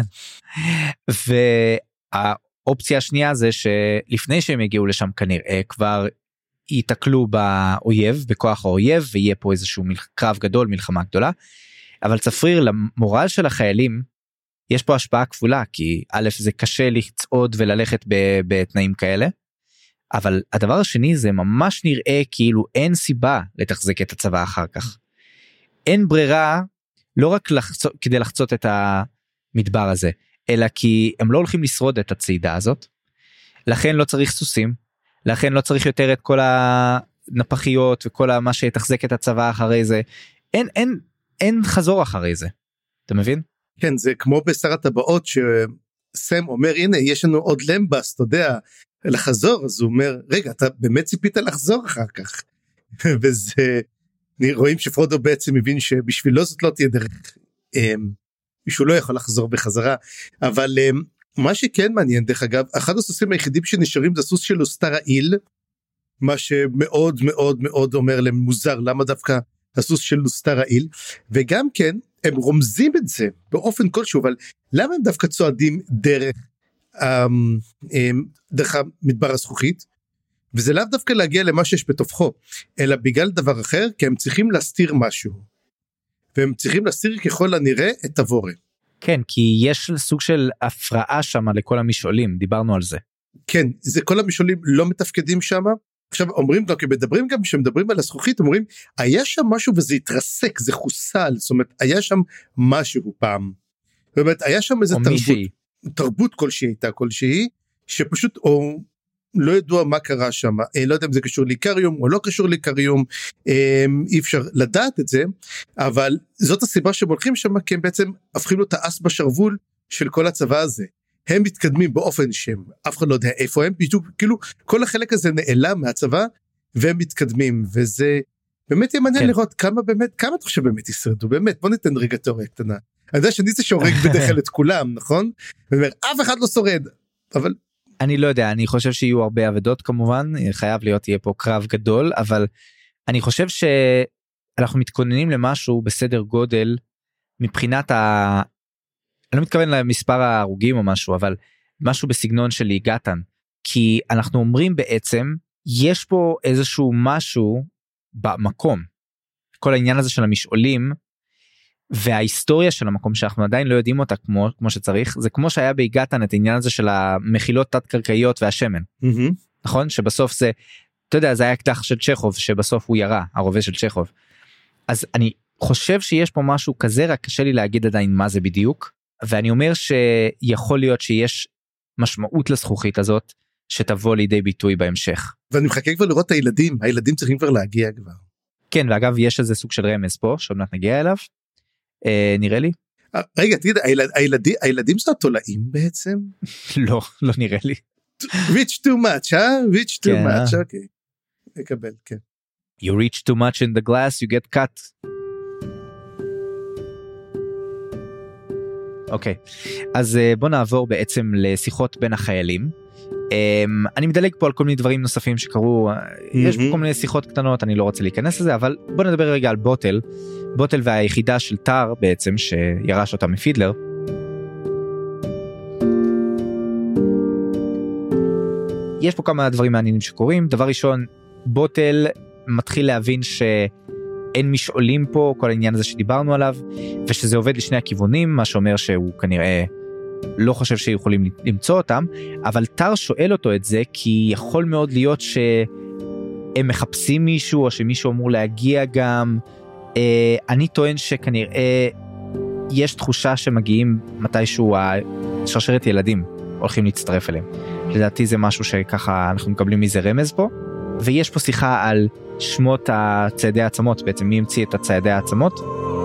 והאופציה השנייה זה שלפני שהם יגיעו לשם כנראה, כבר ייתקלו באויב, בכוח האויב, ויהיה פה איזשהו קרב גדול, מלחמה גדולה, אבל צפריר, למורל של החיילים, יש פה השפעה כפולה, כי א' זה קשה לצעוד וללכת בתנאים כאלה, אבל הדבר השני זה ממש נראה כאילו אין סיבה לתחזק את הצבא אחר כך. אין ברירה, לא רק לחצות, כדי לחצות את המדבר הזה, אלא כי הם לא הולכים לשרוד את הצעידה הזאת, לכן לא צריך סוסים, לכן לא צריך יותר את כל הנפחיות וכל מה שיתחזק את הצבא אחרי זה, אין, אין, אין חזור אחרי זה, אתה מבין? כן, זה כמו בשר הטבעות שסם אומר, הנה יש לנו עוד למבס, אתה יודע, לחזור, אז הוא אומר, רגע, אתה באמת ציפית לחזור אחר כך, וזה, רואים שפרודו בעצם מבין שבשבילו זאת לא תהיה דרך, שהוא לא יכול לחזור בחזרה, אבל מה שכן מעניין, דרך אגב, אחד הסוסים היחידים שנשארים זה הסוס של לוסטרה-איל, מה שמאוד מאוד מאוד אומר להם מוזר, למה דווקא הסוס של לוסטרה-איל, וגם כן, הם רומזים את זה באופן כלשהו, אבל למה הם דווקא צועדים דרך, דרך המדבר הזכוכית, וזה לאו דווקא להגיע למה שיש בתוכו, אלא בגלל דבר אחר, כי הם צריכים להסתיר משהו, והם צריכים להסתיר ככל הנראה את תבורה. כן, כי יש סוג של הפרעה שם לכל המשעולים, דיברנו על זה. כן, זה כל המשעולים לא מתפקדים שם, עכשיו אומרים גם, כי מדברים גם, כשמדברים על הזכוכית, אומרים, היה שם משהו וזה התרסק, זה חוסל, זאת אומרת, היה שם משהו פעם, זאת אומרת, היה שם איזה תרבות, מישהי. תרבות כלשהי הייתה כלשהי, שפשוט, או לא ידוע מה קרה שם, לא יודע אם זה קשור לאיקריום, או לא קשור לאיקריום, אי אפשר לדעת את זה, אבל זאת הסיבה שהם הולכים שם, כי הם בעצם הפכים לו את האס בשרוול, של כל הצבא הזה, הם מתקדמים באופן שהם, אף אחד לא יודע איפה הם, בדיוק, כאילו, כל החלק הזה נעלם מהצבא, והם מתקדמים, וזה באמת יהיה מעניין כן. לראות כמה באמת, כמה אתה חושב באמת ישרדו, באמת, בוא ניתן רגע תיאוריה קטנה, אני יודע שאני זה שהורג בדרך כלל את כולם, נכון? ואומר, אף אחד לא שורד, אבל... אני לא יודע, אני חושב שיהיו הרבה עבדות כמובן, חייב להיות, יהיה פה קרב גדול, אבל אני חושב שאנחנו מתכוננים למשהו בסדר גודל, מבחינת ה... אני לא מתכוון למספר ההרוגים או משהו, אבל משהו בסגנון של ליגתן, כי אנחנו אומרים בעצם, יש פה איזשהו משהו במקום, כל העניין הזה של המשעולים, וההיסטוריה של המקום שאנחנו עדיין לא יודעים אותה כמו, כמו שצריך, זה כמו שהיה ביגתן את העניין הזה של המחילות תת-קרקעיות והשמן, mm-hmm. נכון? שבסוף זה, אתה יודע, זה היה אקדח של צ'כוב, שבסוף הוא ירה, הרובה של צ'כוב. אז אני חושב שיש פה משהו כזה, רק קשה לי להגיד עדיין מה זה בדיוק, ואני אומר שיכול להיות שיש משמעות לזכוכית הזאת, שתבוא לידי ביטוי בהמשך. ואני מחכה כבר לראות את הילדים, הילדים צריכים כבר להגיע כבר. כן, ואגב יש איזה סוג של רמז פה, שעוד מעט נגיע אליו, אה, נראה לי. רגע, תגיד, הילדים, הילדים זה התולעים בעצם? לא, לא נראה לי. reach too much, אה? reach too כן. much, אוקיי. נקבל, כן. You reach too much in the glass, you get cut. אוקיי, אז בוא נעבור בעצם לשיחות בין החיילים. אני מדלג פה על כל מיני דברים נוספים שקרו, יש פה כל מיני שיחות קטנות, אני לא רוצה להיכנס לזה, אבל בוא נדבר רגע על בוטל, בוטל והיחידה של טאר בעצם, שירש אותה מפידלר. יש פה כמה דברים מעניינים שקורים. דבר ראשון, בוטל מתחיל להבין ש... אין משעולים פה, כל העניין הזה שדיברנו עליו, ושזה עובד לשני הכיוונים, מה שאומר שהוא כנראה לא חושב שיכולים למצוא אותם, אבל טאר שואל אותו את זה, כי יכול מאוד להיות שהם מחפשים מישהו, או שמישהו אמור להגיע גם, אה, אני טוען שכנראה יש תחושה שמגיעים מתישהו השרשרת ילדים, הולכים להצטרף אליהם. לדעתי זה משהו שככה אנחנו מקבלים מזה רמז פה, ויש פה שיחה על שמות הציידי העצמות, בעצם מי המציא את הציידי העצמות,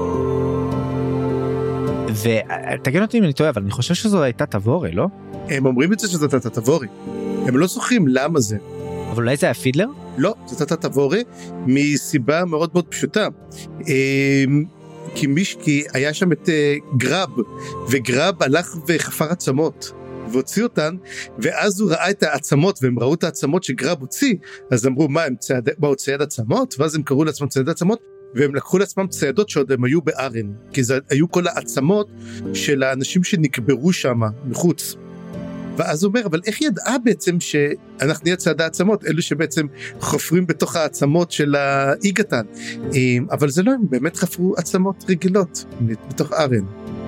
ותגן אותי אם אני טועה, אבל אני חושב שזו הייתה תבורי, לא? הם אומרים את זה שזאת הייתה תבורי, הם לא זוכרים למה זה. אבל אולי זה היה פידלר? לא, זאת הייתה תבורי, מסיבה מאוד מאוד פשוטה, כי מישקי היה שם את גרב, וגרב הלך וחפר עצמות, והוציא אותן, ואז הוא ראה את העצמות, והם ראו את העצמות שגרב הוציא, אז אמרו, מה, הם צייד, באו צייד עצמות? ואז הם קראו לעצמם צייד עצמות, והם לקחו לעצמם ציידות שעוד הם היו בארן, כי זה היו כל העצמות של האנשים שנקברו שם מחוץ. ואז הוא אומר, אבל איך ידעה בעצם שאנחנו נהיה ציידי העצמות, אלו שבעצם חופרים בתוך העצמות של האיגתן, אבל זה לא, הם באמת חפרו עצמות רגילות, בתוך ארן.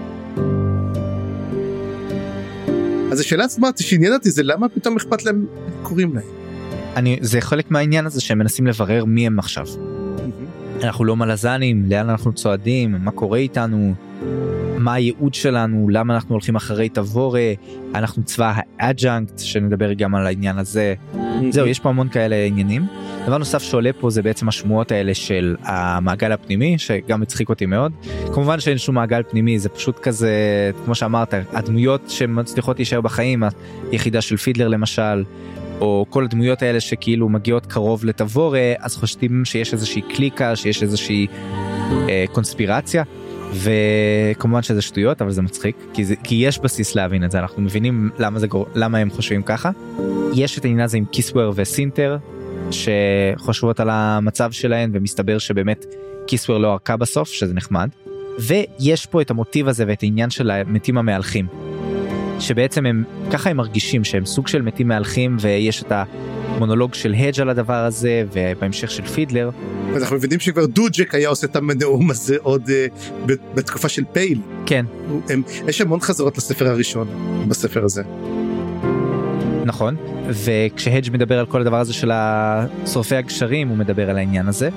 אז השאלה עצמה שעניין אותי זה למה פתאום אכפת להם קוראים להם. אני, זה חלק מהעניין הזה שהם מנסים לברר מי הם עכשיו. Mm-hmm. אנחנו לא מלזנים, לאן אנחנו צועדים, מה קורה איתנו, מה הייעוד שלנו, למה אנחנו הולכים אחרי תבורה, אנחנו צבא האג'אנקט, שנדבר גם על העניין הזה. זהו, יש פה המון כאלה עניינים. דבר נוסף שעולה פה זה בעצם השמועות האלה של המעגל הפנימי, שגם הצחיק אותי מאוד. כמובן שאין שום מעגל פנימי, זה פשוט כזה, כמו שאמרת, הדמויות שמצליחות להישאר בחיים, היחידה של פידלר למשל, או כל הדמויות האלה שכאילו מגיעות קרוב לתבורה, אז חושבים שיש איזושהי קליקה, שיש איזושהי אה, קונספירציה, וכמובן שזה שטויות, אבל זה מצחיק, כי, זה, כי יש בסיס להבין את זה, אנחנו מבינים למה, זה, למה הם חושבים ככה. יש את העניין הזה עם קיסוור וסינטר, שחושבות על המצב שלהן, ומסתבר שבאמת קיסוור לא ערכה בסוף, שזה נחמד. ויש פה את המוטיב הזה ואת העניין של המתים המהלכים, שבעצם הם, ככה הם מרגישים שהם סוג של מתים מהלכים, ויש את המונולוג של הדג' על הדבר הזה, ובהמשך של פידלר. אנחנו מבינים שכבר דוג'ק היה עושה את הנאום הזה עוד uh, בתקופה של פייל. כן. הם, יש המון חזרות לספר הראשון בספר הזה. נכון, וכשהדג' מדבר על כל הדבר הזה של שורפי הגשרים, הוא מדבר על העניין הזה,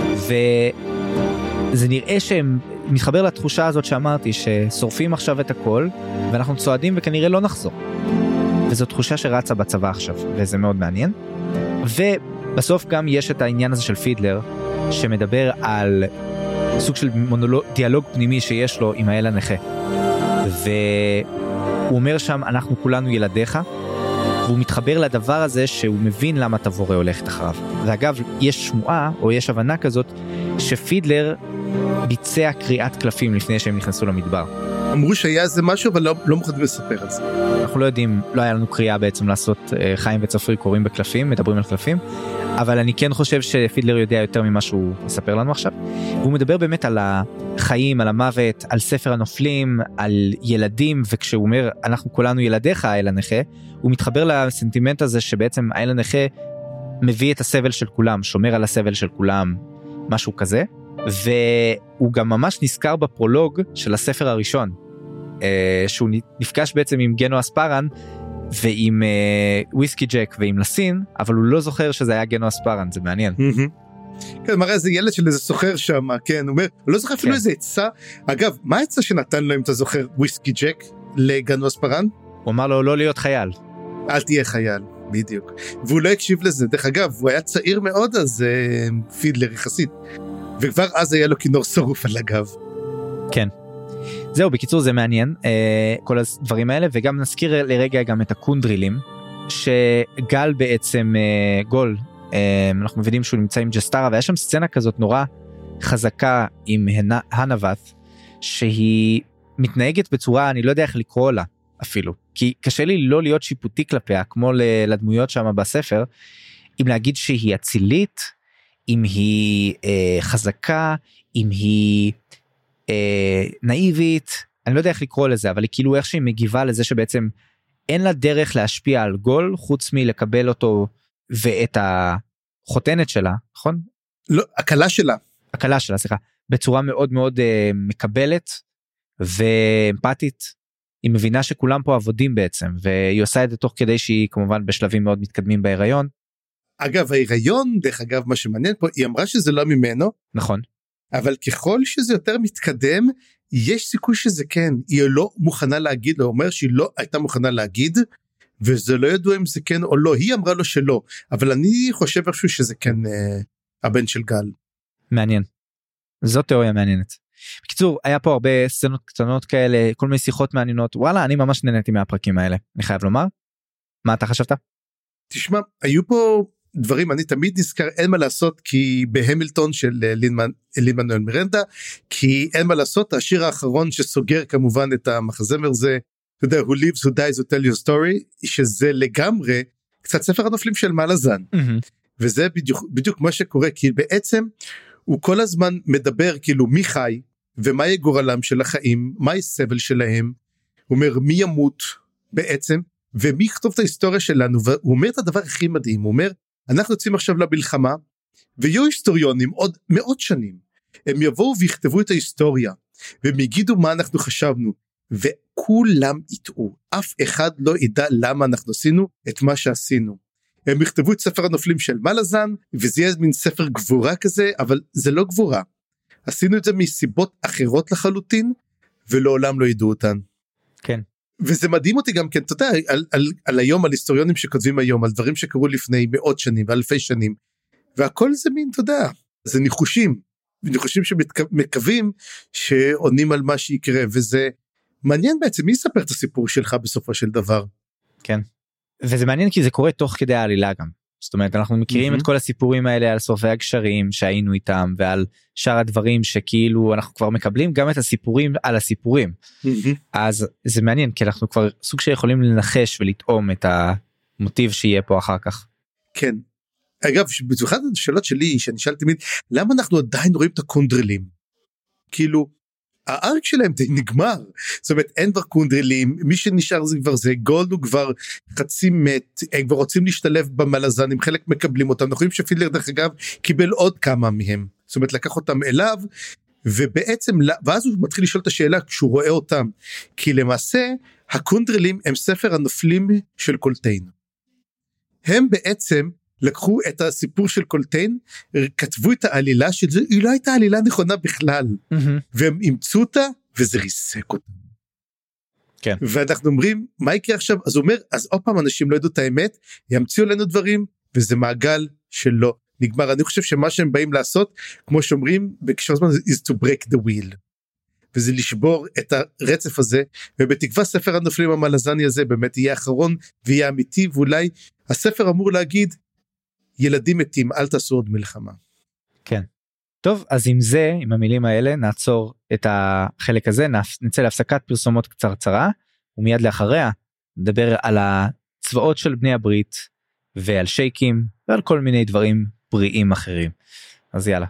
וזה נראה שהם מתחבר לתחושה הזאת שאמרתי, ששורפים עכשיו את הכל, ואנחנו צועדים וכנראה לא נחזור. וזו תחושה שרצה בצבא עכשיו, וזה מאוד מעניין. ובסוף גם יש את העניין הזה של פידלר, שמדבר על סוג של מונולוג, דיאלוג פנימי שיש לו עם האל הנכה. והוא אומר שם, אנחנו כולנו ילדיך, והוא מתחבר לדבר הזה שהוא מבין למה תבורה הולכת אחריו. ואגב, יש שמועה, או יש הבנה כזאת, שפידלר ביצע קריאת קלפים לפני שהם נכנסו למדבר. אמרו שהיה איזה משהו, אבל לא, לא מוכנים לספר על זה. אנחנו לא יודעים, לא היה לנו קריאה בעצם לעשות אה, חיים וצפרי קוראים בקלפים, מדברים על קלפים, אבל אני כן חושב שפידלר יודע יותר ממה שהוא מספר לנו עכשיו. והוא מדבר באמת על החיים, על המוות, על ספר הנופלים, על ילדים, וכשהוא אומר, אנחנו כולנו ילדיך, האל הנכה, הוא מתחבר לסנטימנט הזה שבעצם האל הנכה מביא את הסבל של כולם, שומר על הסבל של כולם, משהו כזה. והוא גם ממש נזכר בפרולוג של הספר הראשון, שהוא נפגש בעצם עם גנו אספרן ועם וויסקי ג'ק ועם לסין, אבל הוא לא זוכר שזה היה גנו אספרן, זה מעניין. כן, מראה איזה ילד של איזה סוחר שם, כן, הוא אומר, לא זוכר אפילו איזה עצה, אגב, מה העצה שנתן לו אם אתה זוכר וויסקי ג'ק לגנו אספרן? הוא אמר לו לא להיות חייל. אל תהיה חייל, בדיוק. והוא לא הקשיב לזה, דרך אגב, הוא היה צעיר מאוד אז פידלר יחסית, וכבר אז היה לו כינור שרוף על הגב. כן. זהו, בקיצור זה מעניין, אה, כל הדברים האלה, וגם נזכיר לרגע גם את הקונדרילים, שגל בעצם, אה, גול, אה, אנחנו מבינים שהוא נמצא עם ג'סטרה, והיה שם סצנה כזאת נורא חזקה עם הנבת, שהיא מתנהגת בצורה, אני לא יודע איך לקרוא לה אפילו, כי קשה לי לא להיות שיפוטי כלפיה, כמו לדמויות שם בספר, אם להגיד שהיא אצילית, אם היא אה, חזקה, אם היא אה, נאיבית, אני לא יודע איך לקרוא לזה, אבל היא כאילו איך שהיא מגיבה לזה שבעצם אין לה דרך להשפיע על גול, חוץ מלקבל אותו ואת החותנת שלה, נכון? לא, הקלה שלה. הקלה שלה, סליחה, בצורה מאוד מאוד אה, מקבלת ואמפתית, היא מבינה שכולם פה עבודים בעצם, והיא עושה את זה תוך כדי שהיא כמובן בשלבים מאוד מתקדמים בהיריון, אגב, ההיריון, דרך אגב, מה שמעניין פה, היא אמרה שזה לא ממנו. נכון. אבל ככל שזה יותר מתקדם, יש סיכוי שזה כן. היא לא מוכנה להגיד לו, אומר שהיא לא הייתה מוכנה להגיד, וזה לא ידוע אם זה כן או לא. היא אמרה לו שלא, אבל אני חושב איכשהו שזה כן אה, הבן של גל. מעניין. זאת תיאוריה מעניינת. בקיצור, היה פה הרבה סצנות קטנות כאלה, כל מיני שיחות מעניינות. וואלה, אני ממש נהניתי מהפרקים האלה. אני חייב לומר. מה אתה חשבת? תשמע, היו פה דברים, אני תמיד נזכר, אין מה לעשות, כי בהמילטון של לין מנואל מירנדה, כי אין מה לעשות, השיר האחרון שסוגר כמובן את המחזמר זה, אתה יודע, who lives, who dies, who tell you story, שזה לגמרי קצת ספר הנופלים של מלאזן, mm-hmm. וזה בדיוק, בדיוק מה שקורה, כי בעצם הוא כל הזמן מדבר כאילו מי חי, ומה יהיה גורלם של החיים, מה יהיה סבל שלהם, הוא אומר מי ימות בעצם, ומי יכתוב את ההיסטוריה שלנו, והוא אומר את הדבר הכי מדהים, הוא אומר, אנחנו יוצאים עכשיו למלחמה, ויהיו היסטוריונים עוד מאות שנים, הם יבואו ויכתבו את ההיסטוריה, והם יגידו מה אנחנו חשבנו, וכולם יטעו, אף אחד לא ידע למה אנחנו עשינו את מה שעשינו, הם יכתבו את ספר הנופלים של מלאזן, וזה יהיה מין ספר גבורה כזה, אבל זה לא גבורה, עשינו את זה מסיבות אחרות לחלוטין, ולעולם לא ידעו אותן. כן. וזה מדהים אותי גם כן, אתה יודע, על, על, על היום, על היסטוריונים שכותבים היום, על דברים שקרו לפני מאות שנים ואלפי שנים, והכל זה מין, אתה יודע, זה ניחושים, ניחושים שמקווים שעונים על מה שיקרה, וזה מעניין בעצם, מי יספר את הסיפור שלך בסופו של דבר? כן, וזה מעניין כי זה קורה תוך כדי העלילה גם, זאת אומרת אנחנו מכירים mm-hmm. את כל הסיפורים האלה על שורפי הגשרים שהיינו איתם, ועל שאר הדברים שכאילו אנחנו כבר מקבלים גם את הסיפורים על הסיפורים, mm-hmm. אז זה מעניין כי אנחנו כבר סוג שיכולים לנחש ולטעום את המוטיב שיהיה פה אחר כך. כן, אגב בצורכת השאלות שלי שאני שאלתי תמיד, למה אנחנו עדיין רואים את הקונדרלים? כאילו הארק שלהם נגמר, זאת אומרת אין כבר קונדרלים, מי שנשאר זה כבר זה, גולד הוא כבר חצי מת, הם כבר רוצים להשתלב במלזנים, חלק מקבלים אותם, אנחנו רואים שפילר דרך אגב קיבל עוד כמה מהם, זאת אומרת לקח אותם אליו, ובעצם, ואז הוא מתחיל לשאול את השאלה כשהוא רואה אותם, כי למעשה הקונדרלים הם ספר הנופלים של קולטיין, הם בעצם לקחו את הסיפור של קולטיין, כתבו את העלילה של זה, היא לא הייתה עלילה נכונה בכלל, mm-hmm. והם אימצו אותה, וזה ריסק אותה. כן. ואנחנו אומרים, מה יקרה עכשיו? אז הוא אומר, אז עוד פעם אנשים לא ידעו את האמת, ימציאו לנו דברים, וזה מעגל שלא נגמר. אני חושב שמה שהם באים לעשות, כמו שאומרים, בקשר זמן, is to break the wheel. וזה לשבור את הרצף הזה, ובתקווה ספר הנופלים המלזני הזה, באמת יהיה אחרון, ויהיה אמיתי, ואולי הספר אמור להגיד, ילדים מתים, אל תעשו עוד מלחמה. כן. טוב, אז עם זה, עם המילים האלה, נעצור את החלק הזה, נצא להפסקת פרסומות קצרצרה, ומיד לאחריה, נדבר על הצבאות של בני הברית, ועל שייקים, ועל כל מיני דברים בריאים אחרים. אז יאללה.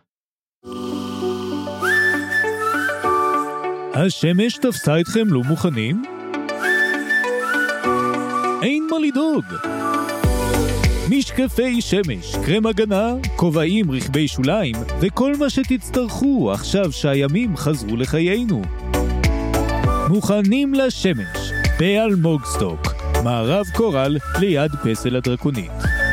השמש תפסה אתכם לא מוכנים? אין מה לדאוג. משקפי שמש, קרם הגנה, כובעים, רכבי שוליים, וכל מה שתצטרכו עכשיו שהימים חזרו לחיינו. מוכנים לשמש, באלמוג סטוק, מערב קורל ליד פסל הדרקונית.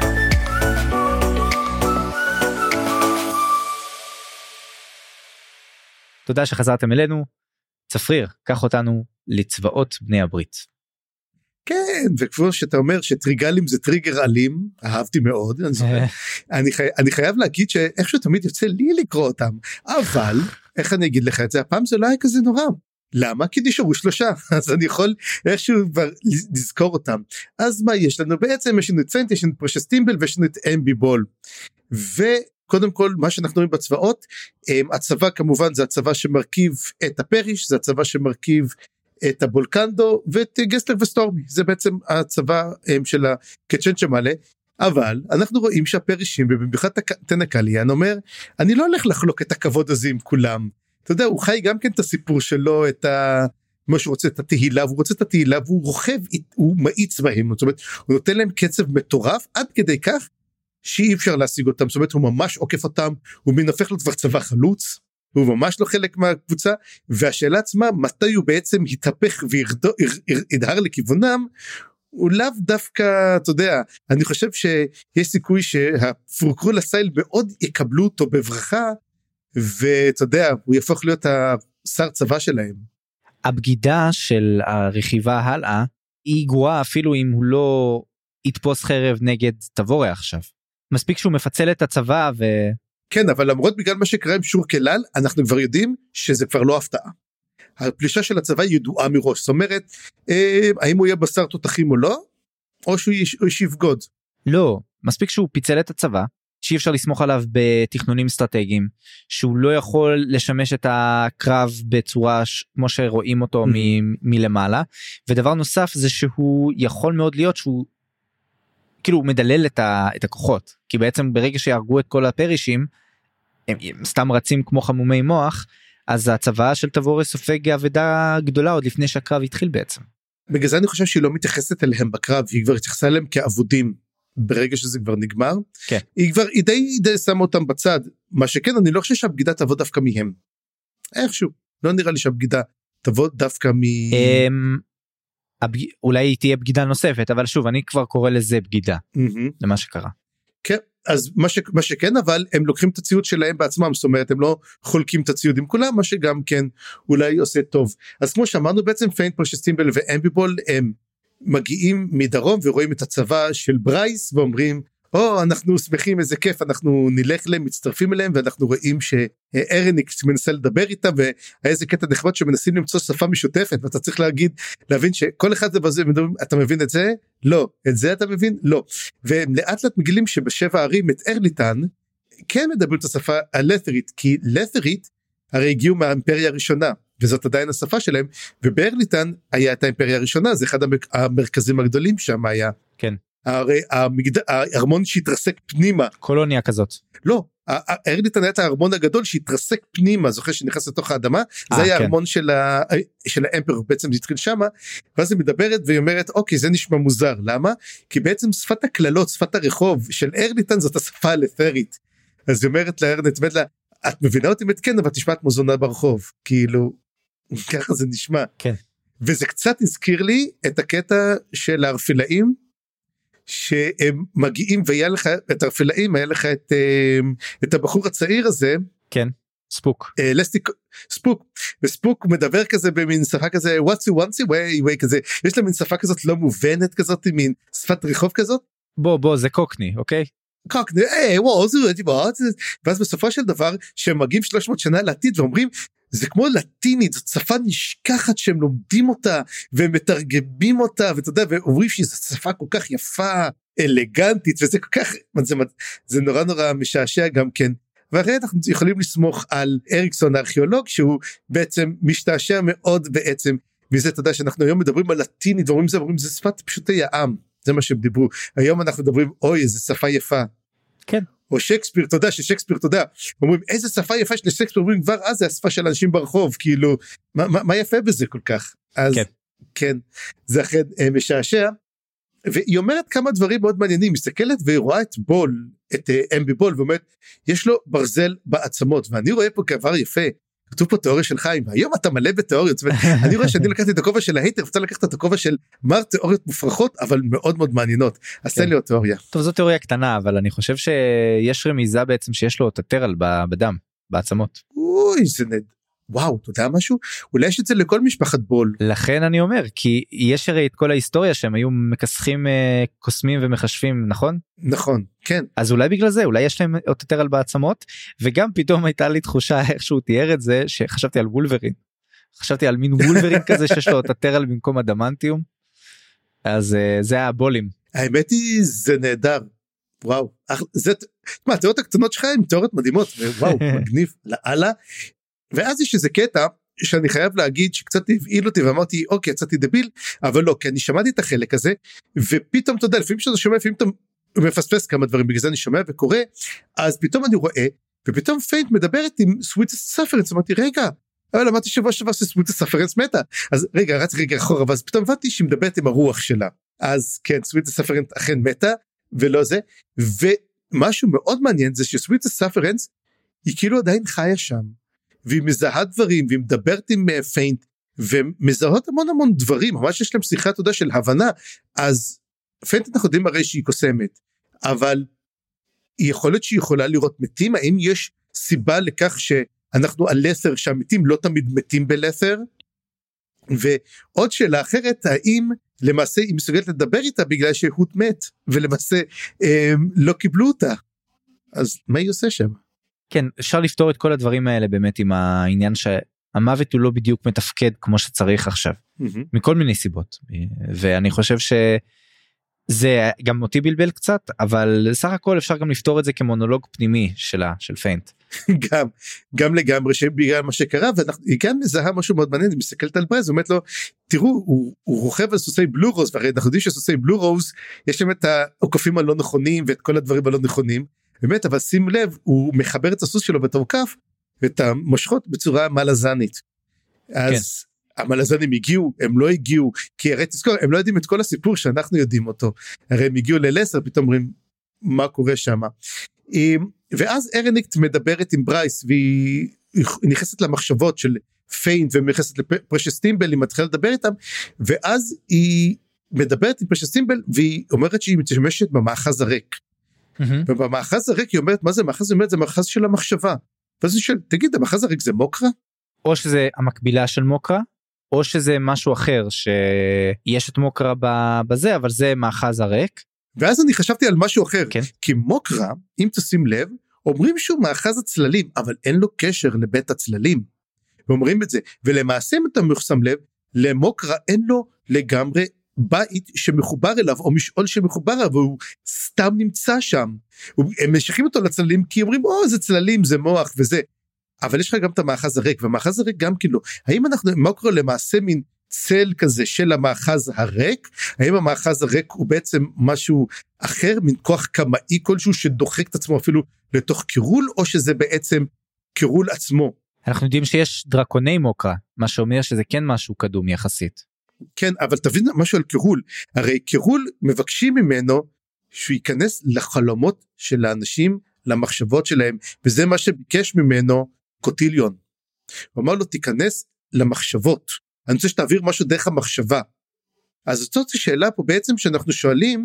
תודה שחזרתם אלינו. צפריר, קח אותנו לצבאות בני הברית. כן, וכמו שאתה אומר שטריגלים זה טריגר אלים, אהבתי מאוד, אני, חי, אני חייב להגיד שאיכשהו תמיד יוצא לי לקרוא אותם, אבל איך אני אגיד לך את זה, הפעם זה לא היה כזה נורא, למה? כי נשארו שלושה, אז אני יכול איכשהו לזכור אותם, אז מה יש לנו? בעצם יש לנו את פיינט, יש לנו את פרשס טימבל ויש לנו את אמבי בול, וקודם כל מה שאנחנו רואים בצבאות, הצבא כמובן זה הצבא שמרכיב את הפריש, זה הצבא שמרכיב את הבולקנדו ואת גסלר וסטורמי, זה בעצם הצבא של הקצ'ן שמעלה, אבל אנחנו רואים שהפרישים, ובמיוחד תנקליאן אומר, אני לא הולך לחלוק את הכבוד הזה עם כולם, אתה יודע, הוא חי גם כן את הסיפור שלו, את ה... מה שהוא רוצה, את התהילה, והוא רוצה את התהילה, והוא רוכב, הוא מאיץ בהם, זאת אומרת, הוא נותן להם קצב מטורף, עד כדי כך, שאי אפשר להשיג אותם, זאת אומרת, הוא ממש עוקף אותם, הוא מנפך לו כבר צבא חלוץ, הוא ממש לא חלק מהקבוצה, והשאלה עצמה, מתי הוא בעצם התהפך וידהר לכיוונם, הוא לאו דווקא, אתה יודע, אני חושב שיש סיכוי שהפורקרול הסייל מאוד יקבלו אותו בברכה, ואתה יודע, הוא יהפוך להיות השר צבא שלהם. הבגידה של הרכיבה הלאה, היא גרועה אפילו אם הוא לא יתפוס חרב נגד תבורי עכשיו. מספיק שהוא מפצל את הצבא ו... כן, אבל למרות בגלל מה שקרה עם שור כלל, אנחנו כבר יודעים שזה כבר לא הפתעה. הפלישה של הצבא ידועה מראש, זאת אומרת, אה, האם הוא יהיה בשר תותחים או לא, או שהוא יש, יבגוד. לא, מספיק שהוא פיצל את הצבא, שאי אפשר לסמוך עליו בתכנונים אסטרטגיים, שהוא לא יכול לשמש את הקרב בצורה ש... כמו שרואים אותו מ- מלמעלה, ודבר נוסף זה שהוא יכול מאוד להיות שהוא, כאילו הוא מדלל את, ה... את הכוחות, כי בעצם ברגע שיהרגו את כל הפרישים, הם, הם סתם רצים כמו חמומי מוח, אז הצבא של תבורי סופג אבדה גדולה עוד לפני שהקרב התחיל בעצם. בגלל זה אני חושב שהיא לא מתייחסת אליהם בקרב, היא כבר התייחסה אליהם כעבודים, ברגע שזה כבר נגמר, כן. היא כבר היא די, די שמה אותם בצד, מה שכן אני לא חושב שהבגידה תבוא דווקא מהם, איכשהו, לא נראה לי שהבגידה תבוא דווקא מ... אולי היא תהיה בגידה נוספת, אבל שוב אני כבר קורא לזה בגידה, למה שקרה. כן, אז מה, ש, מה שכן, אבל הם לוקחים את הציוד שלהם בעצמם, זאת אומרת, הם לא חולקים את הציוד עם כולם, מה שגם כן אולי עושה טוב. אז כמו שאמרנו בעצם, פיינט, פרשסטימבל ואמביבול, הם מגיעים מדרום ורואים את הצבא של ברייס, ואומרים, או, אנחנו שמחים, איזה כיף, אנחנו נלך להם, מצטרפים אליהם, ואנחנו רואים שארניקס מנסה לדבר איתם, ואיזה קטע נחמד שמנסים למצוא שפה משותפת, ואתה צריך להגיד, להבין שכל אחד זה בזה, אתה מבין את זה? לא. את זה אתה מבין? לא. והם לאט לאט מגילים שבשבע ערים את ארליטן, כן מדברים את השפה הלת'רית, כי לת'רית הרי הגיעו מהאימפריה הראשונה, וזאת עדיין השפה שלהם, ובארליטן היה את האימפריה הראשונה, זה אחד המרכזים הגדולים שם היה. כן. הרי הארמון שהתרסק פנימה. קולוניה כזאת. לא, ארליטן היה את הארמון הגדול שהתרסק פנימה, זוכר שנכנס לתוך האדמה, זה היה הארמון של האמפרור, בעצם זה התחיל שמה, ואז היא מדברת והיא אומרת, אוקיי, זה נשמע מוזר, למה? כי בעצם שפת הכללות, שפת הרחוב של ארליטן זאת השפה הלת'רית, אז היא אומרת לארנט, את מבינה אותי כן, אבל תשמעת מוזונה ברחוב, כאילו, ככה זה נשמע. כן. וזה קצת הזכיר לי את הקטע של הארפילאים, שהם מגיעים והיה לך את הארפילאים, היה לך את, את הבחור הצעיר הזה. כן, ספוק. לסטיק, ספוק, וספוק מדבר כזה במין שפה כזה, what's you want you way, way כזה, יש לה מין שפה כזאת לא מובנת כזאת, מין שפת רחוב כזאת. בוא, בוא, זה קוקני, אוקיי? קוקני, אה, וואו, זה, ואז בסופו של דבר, שהם מגיעים שלוש מאות שנה לעתיד, ואומרים, זה כמו לטינית, זאת שפה נשכחת שהם לומדים אותה, והם מתרגמים אותה, ואתה יודע, ואומרים שזו שפה כל כך יפה, אלגנטית, וזה כל כך, זה, זה נורא נורא משעשע גם כן, והרי אנחנו יכולים לסמוך על אריקסון הארכיאולוג, שהוא בעצם משתעשע מאוד בעצם, מזה אתה יודע שאנחנו היום מדברים על לטינית, ואומרים זה, אומרים זה שפת פשוטי העם, זה מה שהם דיברו, היום אנחנו מדברים, אוי, איזה שפה יפה. כן. או שייקספיר, תודה, ששייקספיר, תודה, אומרים, איזה שפה יפה של שייקספיר, אומרים, כבר אז זה השפה של אנשים ברחוב, כאילו, מה, מה, מה יפה בזה כל כך? אז, כן, כן זה אכן אה, משעשע, והיא אומרת כמה דברים מאוד מעניינים, מסתכלת והיא רואה את בול, את אה, אמביבול, ואומרת, יש לו ברזל בעצמות, ואני רואה פה כבר יפה, כתוב פה תיאוריה של חיים, והיום אתה מלא בתיאוריות, אני רואה שאני לקחתי את הכובע של ההייטר, רוצה לקחת את הכובע של מר תיאוריות מופרכות, אבל מאוד מאוד מעניינות, עשה לי עוד תיאוריה. טוב, זו תיאוריה קטנה, אבל אני חושב שיש רמיזה בעצם שיש לו את הטרל בדם, בעצמות. אוי, זה נד... וואו, אתה יודע משהו? אולי יש את זה לכל משפחת בול. לכן אני אומר, כי יש הרי את כל ההיסטוריה שהם היו מכסחים קוסמים ומחשבים, נכון? נכון, כן. אז אולי בגלל זה, אולי יש להם את הטרל בעצמות, וגם פתאום הייתה לי תחושה איך שהוא תיאר את זה, שחשבתי על וולברין. חשבתי על מין וולברין כזה שיש לו את הטרל במקום הדמנטיום. אז זה היה הבולים. האמת היא, זה נהדר. וואו. זה, מה, התיאוריות הקטנות שלך הן תיאוריות מדהימות, וואו, מגניב, לאללה. ואז יש איזה קטע שאני חייב להגיד שקצת הבעיל אותי ואמרתי אוקיי יצאתי דביל, אבל לא, כי אני שמעתי את החלק הזה ופתאום אתה יודע, לפעמים שאתה שומע, לפעמים אתה מפספס כמה דברים, בגלל זה אני שומע וקורא, אז פתאום אני רואה ופתאום פיינט מדברת עם סוויטס ספרנס, אמרתי רגע, אבל אמרתי שבוע שבוע שסוויטס ספרנס מתה, אז רגע רץ רגע אחורה, ואז פתאום הבנתי שהיא מדברת עם הרוח שלה, אז כן סוויטס ספרנס אכן מתה ולא זה, ומשהו מאוד מעניין זה שסוויטס ספרנס היא כאילו עדיין חיה שם, והיא מזהה דברים, והיא מדברת עם פיינט, ומזהות המון המון דברים, ממש יש להם שיחת תודה של הבנה, אז פיינט אנחנו יודעים הרי שהיא קוסמת, אבל יכול להיות שהיא יכולה לראות מתים, האם יש סיבה לכך שאנחנו על לת'ר, שהמתים לא תמיד מתים בלת'ר, ועוד שאלה אחרת, האם למעשה היא מסוגלת לדבר איתה, בגלל שהות מת, ולמעשה הם, לא קיבלו אותה, אז מה היא עושה שם? כן, אפשר לפתור את כל הדברים האלה באמת עם העניין שהמוות הוא לא בדיוק מתפקד כמו שצריך עכשיו, mm-hmm. מכל מיני סיבות, ואני חושב שזה גם אותי בלבל קצת, אבל סך הכל אפשר גם לפתור את זה כמונולוג פנימי שלה, של פיינט. גם, גם לגמרי שבגלל מה שקרה, והיא גם מזהה משהו מאוד מעניין, היא מסתכלת על ברז, אומרת לו, תראו, הוא, הוא רוכב על סוסי בלו רוז, והרי אנחנו יודעים שסוסי בלו רוז, יש להם את העוקפים הלא נכונים, ואת כל הדברים הלא נכונים, באמת, אבל שים לב, הוא מחבר את הסוס שלו בתור כף, ואת המושכות בצורה מלזנית. אז כן. המלזנים הגיעו, הם לא הגיעו, כי הרי תזכור, הם לא יודעים את כל הסיפור שאנחנו יודעים אותו, הרי הם הגיעו ללסר, פתאום אומרים, מה קורה שם? ואז ארניקט מדברת עם ברייס, והיא נכנסת למחשבות של פיינט, ונכנסת לפרשסטימבל, היא מתחילה לדבר איתם, ואז היא מדברת עם פרשסטימבל, והיא אומרת שהיא מתשמשת במאחז הריק, ובמאחז הריק היא אומרת, מה זה מאחז? היא אומרת, זה מאחז של המחשבה. ואז אני שואל, תגיד, המאחז הריק זה מוקרה? או שזה המקבילה של מוקרה, או שזה משהו אחר, שיש את מוקרה בזה, אבל זה מאחז הריק. ואז אני חשבתי על משהו אחר, כן. כי מוקרה, אם תשים לב, אומרים שהוא מאחז הצללים, אבל אין לו קשר לבית הצללים. ואומרים את זה, ולמעשה אם אתה שם לב, למוקרה אין לו לגמרי בית שמחובר אליו, או משעול שמחובר אליו, והוא סתם נמצא שם. הם משכים אותו לצללים, כי אומרים, או, זה צללים, זה מוח וזה. אבל יש לך גם את המאחז הריק, והמאחז הריק גם כאילו, האם אנחנו, מוקרה למעשה מין צל כזה של המאחז הריק, האם המאחז הריק הוא בעצם משהו אחר, מין כוח קמאי כלשהו, שדוחק את עצמו אפילו לתוך קירול, או שזה בעצם קירול עצמו? אנחנו יודעים שיש דרקוני מוקרה, מה שאומר שזה כן משהו קדום יחסית. כן, אבל תבין משהו על קירול, הרי קירול מבקשים ממנו, שהוא ייכנס לחלומות של האנשים, למחשבות שלהם, וזה מה שביקש ממנו קוטיליון. הוא אמר לו, תיכנס למחשבות, אני רוצה שתעביר משהו דרך המחשבה. אז זאת שאלה פה בעצם שאנחנו שואלים,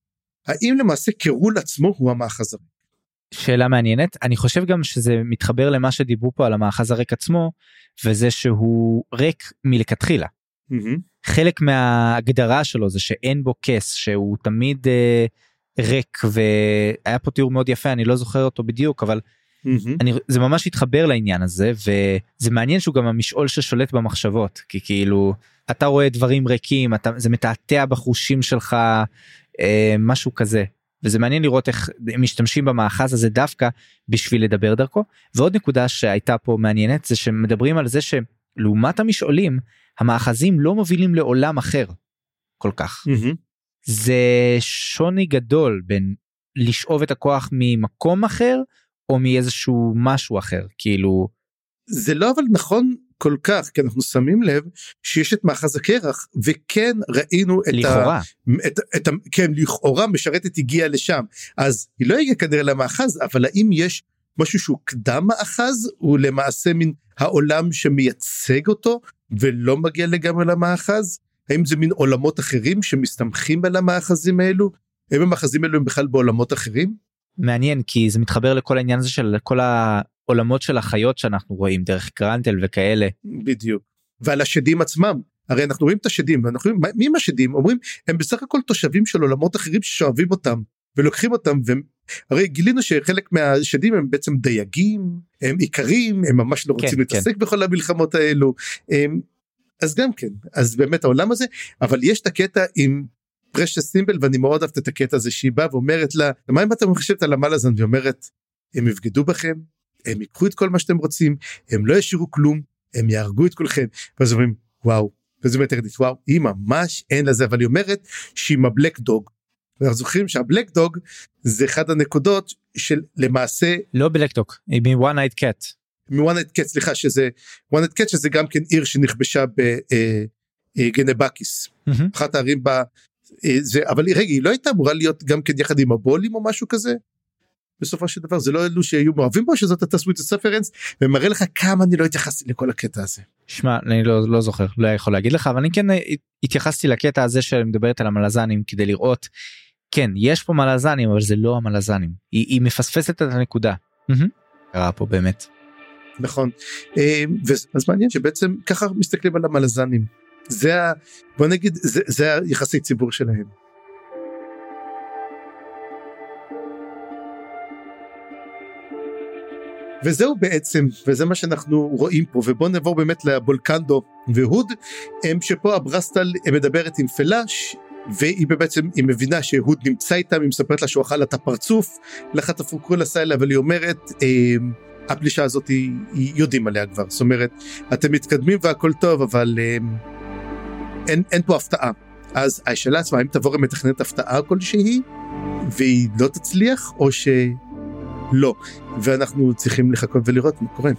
האם למעשה קירול עצמו הוא המאחז הריק? שאלה מעניינת, אני חושב גם שזה מתחבר למה שדיברו פה על המאחז הריק עצמו, וזה שהוא ריק מלכתחילה. Mm-hmm. חלק מההגדרה שלו זה שאין בו כס, שהוא תמיד אה, ריק, והיה פה תיאור מאוד יפה, אני לא זוכר אותו בדיוק, אבל mm-hmm. אני, זה ממש התחבר לעניין הזה, וזה מעניין שהוא גם המשעול ששולט במחשבות, כי כאילו, אתה רואה דברים ריקים, אתה, זה מתעתע בחושים שלך, אה, משהו כזה. וזה מעניין לראות איך משתמשים במאחז הזה דווקא בשביל לדבר דרכו. ועוד נקודה שהייתה פה מעניינת זה שמדברים על זה שלעומת המשעולים המאחזים לא מובילים לעולם אחר כל כך. Mm-hmm. זה שוני גדול בין לשאוב את הכוח ממקום אחר או מאיזשהו משהו אחר, כאילו זה לא אבל נכון כל כך, כי אנחנו שמים לב שיש את מאחז הקרח, וכן ראינו את לכאורה. ה... את, את ה... כן, לכאורה משרתת הגיעה לשם, אז היא לא הגיעה כנראה למאחז, אבל האם יש משהו שהוא קדם מאחז, הוא למעשה מן העולם שמייצג אותו, ולא מגיע לגמרי למאחז? האם זה מין עולמות אחרים שמסתמכים על המאחזים האלו? האם המאחזים האלו הם בכלל בעולמות אחרים? מעניין, כי זה מתחבר לכל העניין הזה של כל ה... עולמות של החיות שאנחנו רואים דרך קרנטל וכאלה. בדיוק. ועל השדים עצמם, הרי אנחנו רואים את השדים, ואנחנו רואים, מי הם השדים? אומרים, הם בסך הכל תושבים של עולמות אחרים ששואבים אותם, ולוקחים אותם, והרי גילינו שחלק מהשדים הם בעצם דייגים, הם עיקרים, הם ממש לא רוצים כן, להתעסק כן. בכל המלחמות האלו, הם, אז גם כן, אז באמת העולם הזה, אבל יש את הקטע עם פרשס סימבל, ואני מאוד אוהבת את הקטע הזה, שהיא באה ואומרת לה, מה אם אתה מחשבת על המלאזן, ואומרת, הם יבגדו בכם, הם ייקחו את כל מה שאתם רוצים, הם לא ישירו כלום, הם יהרגו את כולכם, ואז אומרים, וואו, ואז אומרת, וואו, היא ממש אין לזה, אבל היא אומרת שהיא עם הבלק דוג, ואנחנו זוכרים שהבלק דוג, זה אחד הנקודות של למעשה, לא בלק דוג, היא מ-One Eyed Cat, מ-One Eyed Cat, סליחה, שזה, One Eyed Cat, שזה גם כן עיר שנכבשה בגנבקיס, אחת הערים בה, אבל רגע, היא לא הייתה אמורה להיות גם כן יחד עם הבולים או משהו כזה, בסופו של דבר, זה לא אלו שהיו מאוהבים בו, שזאת התסווית הספרנס, ומראה לך כמה אני לא התייחסתי לכל הקטע הזה. שמע, אני לא, לא זוכר, לא יכול להגיד לך, אבל אני כן התייחסתי לקטע הזה שמדברת על המלזנים, כדי לראות, כן, יש פה מלזנים, אבל זה לא המלזנים. היא, היא מפספסת את הנקודה. קרה פה באמת. נכון. אז מעניין שבעצם ככה מסתכלים על המלזנים. זה, בוא נגיד, זה, זה היחסי ציבור שלהם. וזהו בעצם, וזה מה שאנחנו רואים פה, ובואו נעבור באמת לבולקנדו והוד, הם שפה הברסטל מדברת עם פלאש, והיא בעצם, היא מבינה שהוד נמצא איתם, היא מספרת לה שהוא אכל את הפרצוף, לחטפו כל הסיילה, אבל היא אומרת, הפלישה הזאת היא, היא יודעים עליה כבר, זאת אומרת, אתם מתקדמים והכל טוב, אבל אין, אין פה הפתעה. אז השאלה עצמה, האם תבוא מתכננת הפתעה כלשהי, והיא לא תצליח, או ש... לא, ואנחנו צריכים לחכות ולראות מה קורה.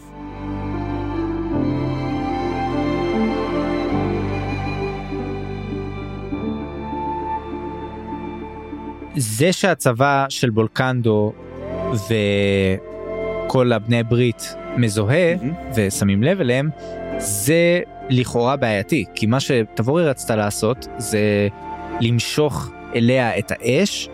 זה שהצבא של בולקנדו וכל הבני ברית מזוהה mm-hmm. ושמים לב אליהם, זה לכאורה בעייתי, כי מה שתבורי רצתה לעשות זה למשוך אליה את האש,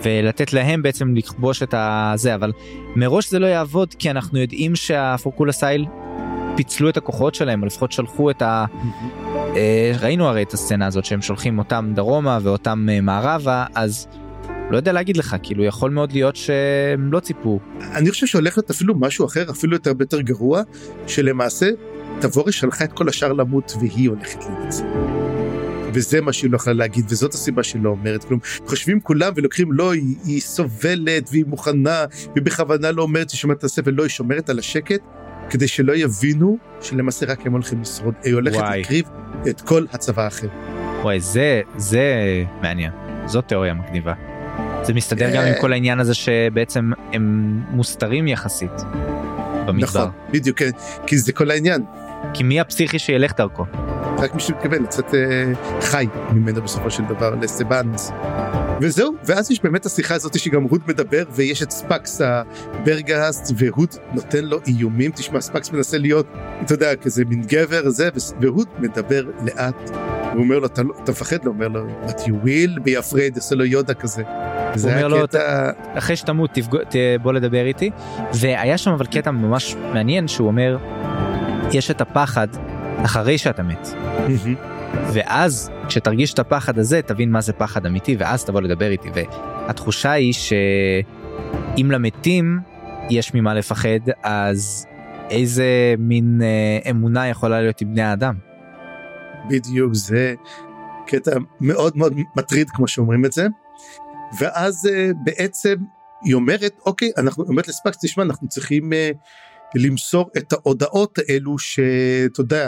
ולתת להם בעצם לכבוש את הזה, אבל מראש זה לא יעבוד, כי אנחנו יודעים שהפורקולסייל פיצלו את הכוחות שלהם, או לפחות שלחו את ה... ראינו הרי את הסצנה הזאת, שהם שולחים אותם דרומה ואותם מערבה, אז לא יודע להגיד לך, כאילו יכול מאוד להיות שהם לא ציפו. אני חושב שהולך להיות אפילו משהו אחר, אפילו יותר ביותר גרוע, שלמעשה תבורי שלחה את כל השאר למות, והיא הולכת להינצל. וזה מה שהיא לא יכולה להגיד, וזאת הסיבה שהיא לא אומרת כלום. חושבים כולם ולוקחים, לא, היא, היא סובלת, והיא מוכנה, והיא בכוונה לא אומרת, היא שומרת את הספר, לא, היא שומרת על השקט, כדי שלא יבינו שלמעשה רק הם הולכים לשרוד, היא הולכת וואי. להקריב את כל הצבא האחר. וואי, זה, זה מעניין, זאת תיאוריה מגניבה. זה מסתדר גם עם כל העניין הזה שבעצם הם מוסתרים יחסית במדבר. נכון, בדיוק, כי זה כל העניין. כי מי הפסיכי שילך דרכו? רק מישהו מתכוון לצאת אה, חי ממנו בסופו של דבר לסבנס. וזהו, ואז יש באמת השיחה הזאת שגם הוד מדבר, ויש את ספקס הברגהסט, והוד נותן לו איומים. תשמע, ספקס מנסה להיות, אתה יודע, כזה מין גבר, זה, והוד מדבר לאט, הוא אומר לו, אתה, אתה מפחד לו, הוא אומר לו, what you will be afraid, עושה לו יודה כזה. הוא אומר לו, אחרי שתמות, בוא לדבר איתי. והיה שם אבל קטע ממש מעניין, שהוא אומר, יש את הפחד אחרי שאתה מת. ואז כשתרגיש את הפחד הזה, תבין מה זה פחד אמיתי, ואז תבוא לדבר איתי. והתחושה היא שאם למתים יש ממה לפחד, אז איזה מין אה, אמונה יכולה להיות עם בני האדם? בדיוק, זה קטע מאוד מאוד מטריד, כמו שאומרים את זה. ואז אה, בעצם היא אומרת, אוקיי, אנחנו אומרת לספקס, תשמע, אנחנו צריכים אה, למסור את ההודעות האלו שאתה יודע,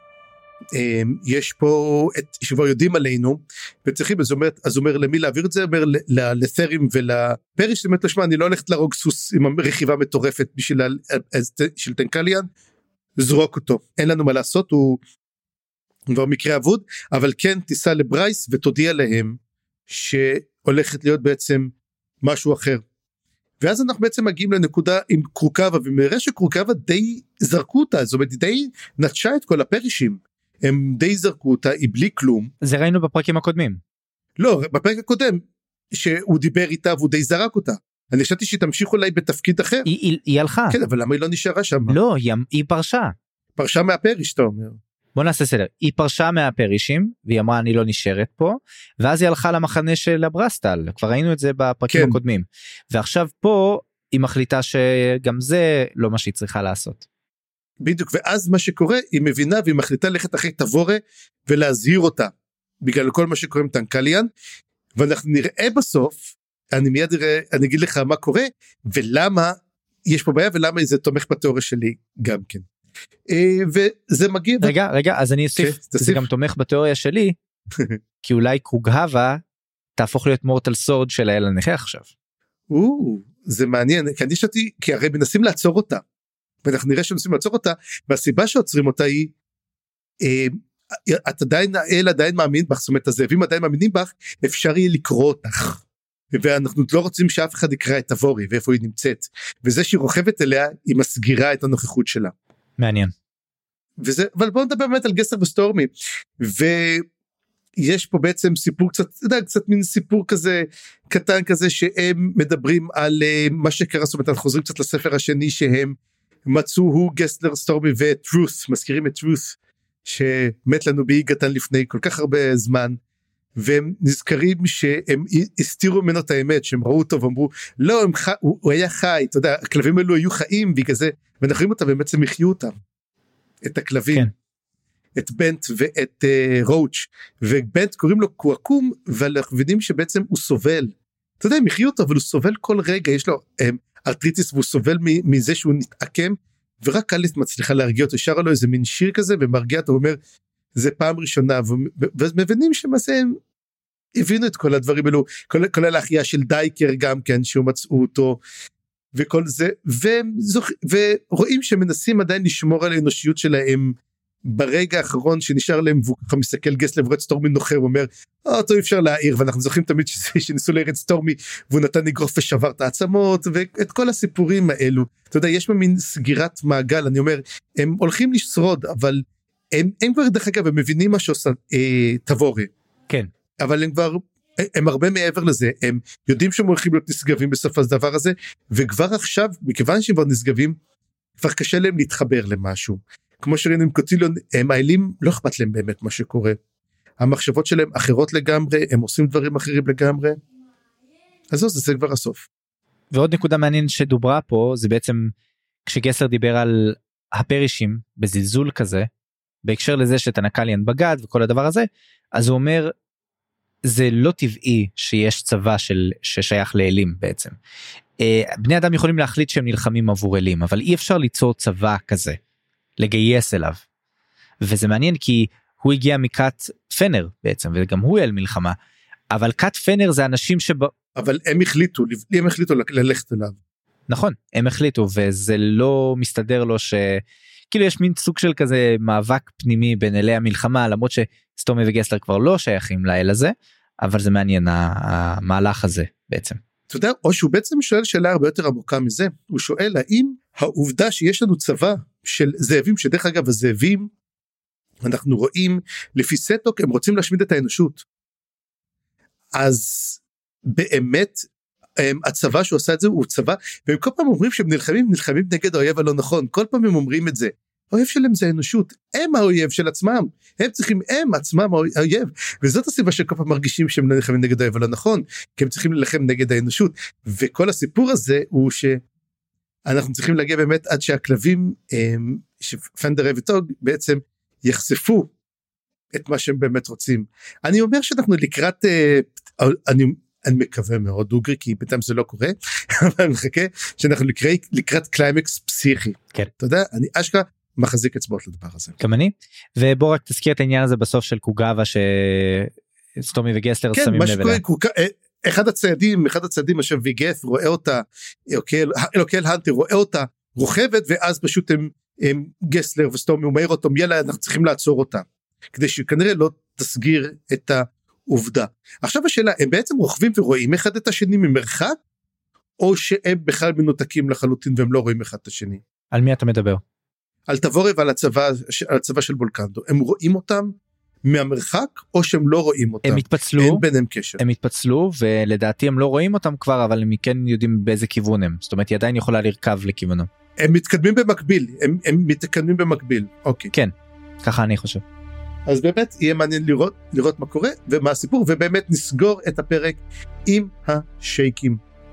יש פה את שכבר יודעים עלינו וצריכים, אז הוא אומר, אז הוא אומר למי להעביר את זה, אומר לת'רים ולפריש, זאת אומרת לשמע, אני לא הולכת להרוג סוס עם רכיבה מטורפת בשביל של טנקליאן, זרוק אותו, אין לנו מה לעשות, הוא כבר מקרה אבוד, אבל כן תיסע לברייס ותודיע להם שהולכת להיות בעצם משהו אחר. ואז אנחנו בעצם מגיעים לנקודה עם קרוקבה, ומראה שקרוקבה די זרקו אותה, זאת אומרת, די נטשה את כל הפרישים, הם די זרקו אותה, היא בלי כלום. זה ראינו בפרקים הקודמים. לא, בפרק הקודם, שהוא דיבר איתה והוא די זרק אותה. אני חשבתי שהיא תמשיך אולי בתפקיד אחר. היא, היא, היא הלכה. כן, אבל למה היא לא נשארה שם? לא, היא, היא פרשה. פרשה מהפריש, אתה אומר. בוא נעשה סדר, היא פרשה מהפרישים, והיא אמרה אני לא נשארת פה, ואז היא הלכה למחנה של הברסטל, כבר ראינו את זה בפרקים כן. הקודמים, ועכשיו פה היא מחליטה שגם זה לא מה שהיא צריכה לעשות. בדיוק, ואז מה שקורה, היא מבינה והיא מחליטה ללכת אחרי תבורה, ולהזהיר אותה, בגלל כל מה שקורה עם טנקליאן, ואנחנו נראה בסוף, אני מיד אראה, אני אגיד לך מה קורה, ולמה יש פה בעיה, ולמה זה תומך בתיאוריה שלי גם כן. וזה מגיע רגע רגע אז אני אוסיף, זה גם תומך בתיאוריה שלי, כי אולי קרוקהבה תהפוך להיות מורטל סורד של האל הנכה עכשיו. זה מעניין, כי אני שתי, כי הרי מנסים לעצור אותה, ואנחנו נראה שמנסים לעצור אותה, והסיבה שעוצרים אותה היא, את עדיין, האל עדיין מאמין בך, זאת אומרת הזאבים עדיין מאמינים בך, אפשר יהיה לקרוא אותך, ואנחנו לא רוצים שאף אחד יקרא את תבורי ואיפה היא נמצאת, וזה שהיא רוכבת אליה היא מסגירה את הנוכחות שלה. מעניין. וזה, אבל בואו נדבר באמת על גסר וסטורמי, ויש פה בעצם סיפור קצת, אתה יודע, קצת מין סיפור כזה קטן כזה, שהם מדברים על uh, מה שקרה, זאת אומרת, אנחנו חוזרים קצת לספר השני, שהם מצאו הוא גסלר סטורמי וטרוס, מזכירים את טרוס, שמת לנו באיגתן לפני כל כך הרבה זמן, והם נזכרים שהם הסתירו ממנו את האמת, שהם ראו אותו ואמרו, לא, הם ח... הוא, הוא היה חי, אתה יודע, הכלבים האלו היו חיים, בגלל זה, ואנחנו רואים אותם, והם בעצם יחיו אותם, את הכלבים, כן. את בנט ואת uh, רוץ', ובנט קוראים לו קואקום, ואנחנו יודעים שבעצם הוא סובל, אתה יודע, הם יחיו אותו, אבל הוא סובל כל רגע, יש לו um, ארטריטיס, והוא סובל מזה שהוא נתעקם, ורק אליס מצליחה להרגיע אותו, שרה לו איזה מין שיר כזה, ומרגיע אותו, הוא אומר, זה פעם ראשונה, ומבינים שמעשה הם הבינו את כל הדברים האלו, כולל האחייה של דייקר גם כן, שהוא מצאו אותו, וכל זה, וזוכ... ורואים שמנסים עדיין לשמור על האנושיות שלהם, ברגע האחרון שנשאר להם, והוא ככה מסתכל גסלר ורד סטורמי נוחר, ואומר, אה, טוב אפשר להעיר, ואנחנו זוכרים תמיד שניסו להעיר את סטורמי, והוא נתן אגרוף ושבר את העצמות, ואת כל הסיפורים האלו, אתה יודע, יש במין סגירת מעגל, אני אומר, הם הולכים לשרוד, אבל הם, הם כבר דרך אגב, הם מבינים מה שעושה אה, תבורי. כן. אבל הם כבר, הם הרבה מעבר לזה, הם יודעים שהם הולכים להיות נשגבים בסוף הדבר הזה, וכבר עכשיו, מכיוון שהם כבר נשגבים, כבר קשה להם להתחבר למשהו. כמו שראינו עם קוטיליון, הם האלים, לא אכפת להם באמת מה שקורה. המחשבות שלהם אחרות לגמרי, הם עושים דברים אחרים לגמרי. אז זה, זה כבר הסוף. ועוד נקודה מעניין שדוברה פה, זה בעצם, כשגסלר דיבר על הפרישים, בזלזול כזה, בהקשר לזה שתנקליאן בגד וכל הדבר הזה, אז הוא אומר, זה לא טבעי שיש צבא של, ששייך לאלים בעצם. בני אדם יכולים להחליט שהם נלחמים עבור אלים, אבל אי אפשר ליצור צבא כזה, לגייס אליו. וזה מעניין כי הוא הגיע מקאט פנר בעצם, וגם הוא אל מלחמה, אבל קאט פנר זה אנשים שב... אבל הם החליטו, הם החליטו ללכת אליו. נכון, הם החליטו, וזה לא מסתדר לו ש... כאילו יש מין סוג של כזה מאבק פנימי בין אלי המלחמה, למרות שסטומי וגסלר כבר לא שייכים לאל הזה, אבל זה מעניין המהלך הזה בעצם. אתה יודע, או שהוא בעצם שואל שאלה הרבה יותר עמוקה מזה, הוא שואל האם העובדה שיש לנו צבא של זאבים, שדרך אגב הזאבים, אנחנו רואים לפי סטוק, הם רוצים להשמיד את האנושות. אז באמת, הצבא שעושה את זה הוא צבא, והם כל פעם אומרים שהם נלחמים, נלחמים נגד האויב הלא נכון, כל פעם הם אומרים את זה, האויב שלהם זה האנושות, הם האויב של עצמם, הם צריכים, הם עצמם האויב, וזאת הסיבה שכל פעם מרגישים שהם נלחמים נגד האויב הלא נכון, כי הם צריכים ללחם נגד האנושות, וכל הסיפור הזה הוא שאנחנו צריכים להגיע באמת עד שהכלבים, שפנדר וטוג בעצם יחשפו את מה שהם באמת רוצים. אני אומר שאנחנו לקראת, אני אני מקווה מאוד דוגרי, כי בינתיים זה לא קורה, אבל אני מחכה שאנחנו לקראת, לקראת קליימקס פסיכי. כן. אתה יודע, אני אשכרה מחזיק אצבעות לדבר הזה. גם אני, ובוא רק תזכיר את העניין הזה בסוף של קוגאווה, שסטומי וגסלר כן, שמים לב אליה. כן, מה שקורה, אחד הצעדים, אחד הצעדים, אשר ויגף רואה אותה, אלוקל הנטר רואה אותה רוכבת, ואז פשוט הם, הם גסלר וסטומי, הוא מהיר אותו, יאללה, אנחנו צריכים לעצור אותה, כדי שכנראה לא תסגיר את ה... עובדה. עכשיו השאלה, הם בעצם רוכבים ורואים אחד את השני ממרחק, או שהם בכלל מנותקים לחלוטין והם לא רואים אחד את השני? על מי אתה מדבר? על תבורי ועל הצבא, על הצבא של בולקנדו. הם רואים אותם מהמרחק, או שהם לא רואים אותם? הם התפצלו, אין ביניהם קשר. הם התפצלו, ולדעתי הם לא רואים אותם כבר, אבל הם כן יודעים באיזה כיוון הם. זאת אומרת, היא עדיין יכולה לרכב לכיוונו. הם מתקדמים במקביל, הם, הם מתקדמים במקביל. אוקיי. כן, ככה אני חושב. אז באמת יהיה מעניין לראות, לראות מה קורה ומה הסיפור, ובאמת נסגור את הפרק עם השייקים.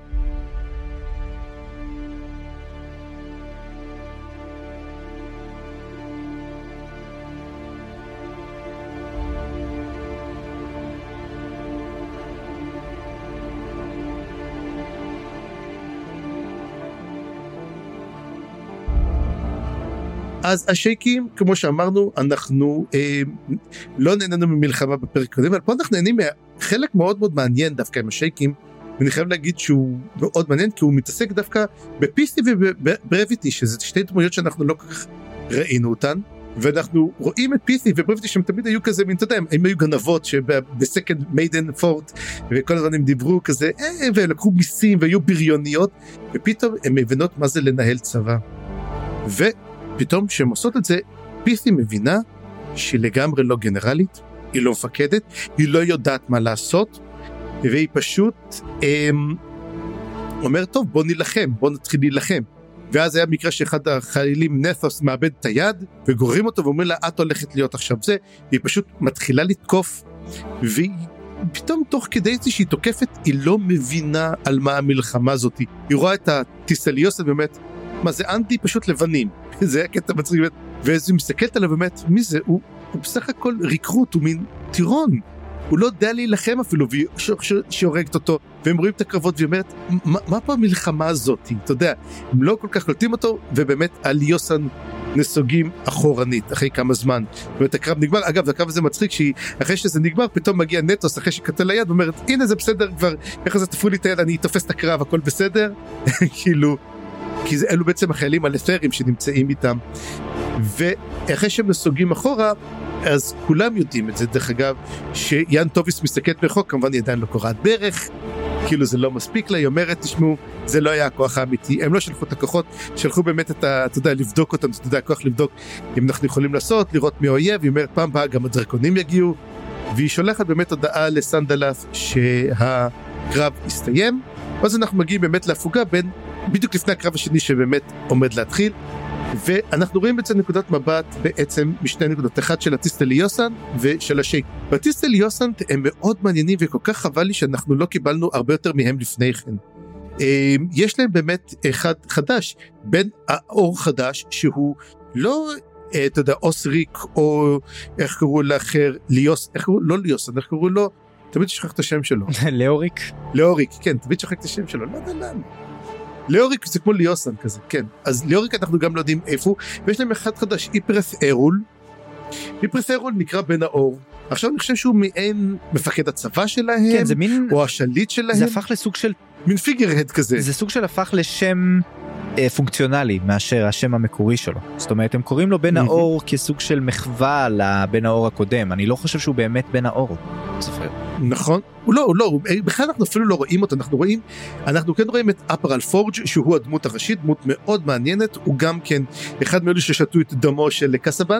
אז השייקים, כמו שאמרנו, אנחנו אה, לא נהנינו ממלחמה בפרק קודם, אבל פה אנחנו נהנים מחלק מאוד מאוד מעניין דווקא עם השייקים, ואני חייב להגיד שהוא מאוד מעניין, כי הוא מתעסק דווקא בפיסטי וברביטי, שזה שתי דמויות שאנחנו לא כל כך ראינו אותן, ואנחנו רואים את פיסטי וברביטי שהם תמיד היו כזה, אתה יודע, הם היו גנבות שבסקנד מיידן פורט, וכל הזמן הם דיברו כזה, אה, ולקחו מיסים והיו בריוניות, ופתאום הם מבינות מה זה לנהל צבא. ו... פתאום כשהם עושות את זה, פיסי מבינה שהיא לגמרי לא גנרלית, היא לא מפקדת, היא לא יודעת מה לעשות, והיא פשוט אמ, אומרת, טוב, בוא נלחם, בוא נתחיל להילחם. ואז היה מקרה שאחד החיילים, נת'וס, מאבד את היד, וגוררים אותו ואומרים לה, את הולכת להיות עכשיו זה, והיא פשוט מתחילה לתקוף, והיא פתאום תוך כדי זה שהיא תוקפת, היא לא מבינה על מה המלחמה הזאת. היא רואה את הטיסליוס, באמת, מה זה אנטי פשוט לבנים, זה היה קטע מצחיק, ואז היא מסתכלת עליו באמת, מי זה? הוא, הוא בסך הכל ריקרוט, הוא מין טירון, הוא לא יודע להילחם אפילו, והיא שהורגת אותו, והם רואים את הקרבות, והיא אומרת, מה, מה פה המלחמה הזאת? אתה יודע, הם לא כל כך קולטים אותו, ובאמת הליוסן נסוגים אחורנית, אחרי כמה זמן, ואת הקרב נגמר, אגב, הקרב הזה מצחיק, שאחרי שזה נגמר, פתאום מגיע נטוס, אחרי שקטל ליד, ואומרת, הנה זה בסדר כבר, איך זה תפו לי את היד, אני תופס את הקרב, הכל בסדר, כאילו, כי אלו בעצם החיילים הלת'רים שנמצאים איתם, ואחרי שהם נסוגים אחורה, אז כולם יודעים את זה, דרך אגב, שיאן טוביס מסתכלת מרחוק, כמובן היא עדיין לא קורעת ברך, כאילו זה לא מספיק לה, היא אומרת, תשמעו, זה לא היה הכוח האמיתי, הם לא שלחו את הכוחות, שלחו באמת את ה, אתה יודע, לבדוק אותם, אתה יודע, הכוח לבדוק, אם אנחנו יכולים לעשות, לראות מי אויב, היא אומרת, פעם באה גם הדרקונים יגיעו, והיא שולחת באמת הודעה לסנדלף שהקרב הסתיים, ואז אנחנו מגיעים באמת להפוגה בין, בדיוק לפני הקרב השני שבאמת עומד להתחיל, ואנחנו רואים בעצם נקודת מבט בעצם משתי נקודות, אחד של הטיסטליוסן ושל השייק. והטיסטליוסן הם מאוד מעניינים וכל כך חבל לי שאנחנו לא קיבלנו הרבה יותר מהם לפני כן. יש להם באמת אחד חדש, בין האור חדש שהוא לא, אתה יודע, אוסריק או איך קראו לאחר, ליוס, איך קראו, לא ליוסן, איך קראו לו, תמיד שכח את השם שלו. לאוריק? לאוריק, כן, תמיד שכח את השם שלו, לא יודע למה. לאוריק זה כמו ליוסן כזה, כן. אז לאוריק אנחנו גם לא יודעים איפה, ויש להם אחד חדש, איפרס ארול. איפרס ארול נקרא בן האור. עכשיו אני חושב שהוא מעין מפקד הצבא שלהם, כן, זה מין, או השליט שלהם. זה הפך לסוג של... מין פיגר-הד כזה. זה סוג של הפך לשם אה, פונקציונלי מאשר השם המקורי שלו. זאת אומרת, הם קוראים לו בן האור כסוג של מחווה לבן האור הקודם. אני לא חושב שהוא באמת בן האור. ספר. נכון. הוא לא, הוא לא, בכלל אנחנו אפילו לא רואים אותו, אנחנו רואים, אנחנו כן רואים את אפרל פורג' שהוא הדמות הראשית, דמות מאוד מעניינת, הוא גם כן אחד מאלו ששתו את דמו של קסבן,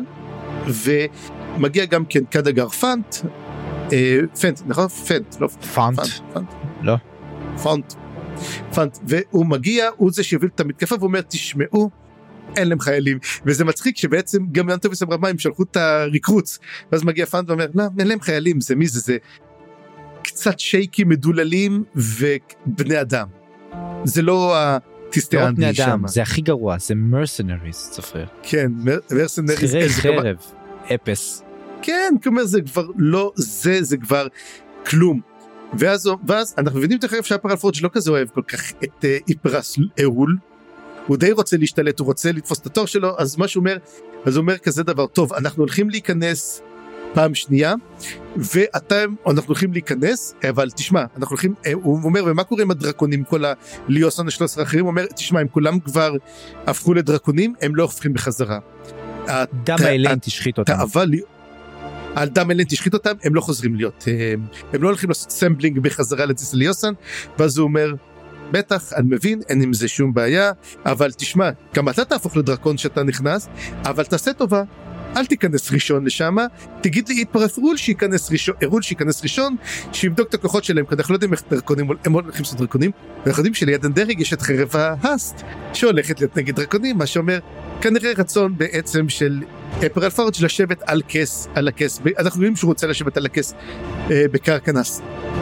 ומגיע גם כן קדגר פנט, אה, פנט, נכון? פנט, לא פנט. פנט. לא. פנט. פנט, והוא מגיע, הוא זה שהוביל את המתקפה, ואומר, תשמעו, אין להם חיילים, וזה מצחיק שבעצם גם ינטוביס אמרה מה, הם שלחו את הריקרוץ, ואז מגיע פנט ואומר, לא, אין להם חיילים, זה מי זה, זה קצת שייקים מדוללים ובני אדם. זה לא הטיסטרנדי שם. זה הכי גרוע, זה מרסנריז, צפריר. כן, מרסנריז. שכירי חרב, אפס. כן, כלומר זה כבר לא זה, זה כבר כלום. ואז, ואז אנחנו מבינים תכף שאפרל פורג' לא כזה אוהב כל כך את איפרס ארול, הוא די רוצה להשתלט, הוא רוצה לתפוס את התור שלו, אז מה שהוא אומר, אז הוא אומר כזה דבר, טוב, אנחנו הולכים להיכנס פעם שנייה, ואתם, אנחנו הולכים להיכנס, אבל תשמע, אנחנו הולכים, הוא אומר, ומה קורה עם הדרקונים, כל הליוסון ה-שלוש עשרה האחרים, הוא אומר, תשמע, הם כולם כבר הפכו לדרקונים, הם לא הופכים בחזרה. דם האלן תשחית אותם. אבל על דם אלן תשחית אותם, הם לא חוזרים להיות, הם, הם לא הולכים לעשות סמבלינג בחזרה לטיסליוסן, ואז הוא אומר, בטח, אני מבין, אין עם זה שום בעיה, אבל תשמע, גם אתה תהפוך לדרקון שאתה נכנס, אבל תעשה טובה, אל תיכנס ראשון לשם, תגיד לי איפרס רול שייכנס ראשון, רול שייכנס ראשון, שיבדוק את הכוחות שלהם, כי אנחנו לא יודעים איך דרקונים, הם לא הולכים לעשות דרקונים, ואנחנו יודעים שליד אנדרג יש את חרב ההסט, שהולכת להיות נגד דרקונים, מה שאומר, כנראה רצון בעצם של אפרל פורג' לשבת על כס, על הכס, אנחנו רואים שהוא רוצה לשבת על הכס אה, בקרקנס.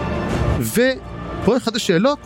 ופה אחת השאלות,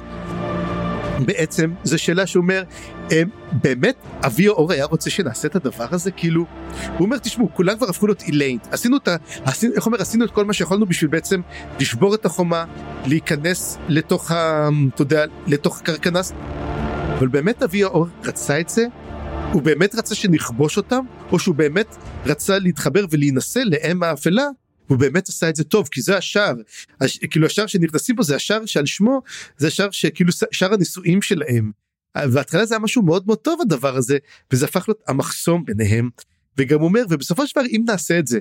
בעצם זו שאלה שאומר, באמת אבי אור היה רוצה שנעשה את הדבר הזה, כאילו, הוא אומר, תשמעו, כולם כבר הפכו להיות איליינט, עשינו את ה... עשינו, איך אומר, עשינו את כל מה שיכולנו בשביל בעצם לשבור את החומה, להיכנס לתוך ה... אתה יודע, לתוך קרקנס, אבל באמת אבי אור רצה את זה, הוא באמת רצה שנכבוש אותם, או שהוא באמת רצה להתחבר ולהינשא לאם האפלה, הוא באמת עשה את זה טוב, כי זה השער, הש... כאילו השער שנכנסים בו, זה השער שעל שמו, זה השער שכאילו שער הנישואים שלהם, וההתחלה זה היה משהו מאוד מאוד טוב הדבר הזה, וזה הפך להיות המחסום ביניהם, וגם אומר, ובסופו של דבר אם נעשה את זה,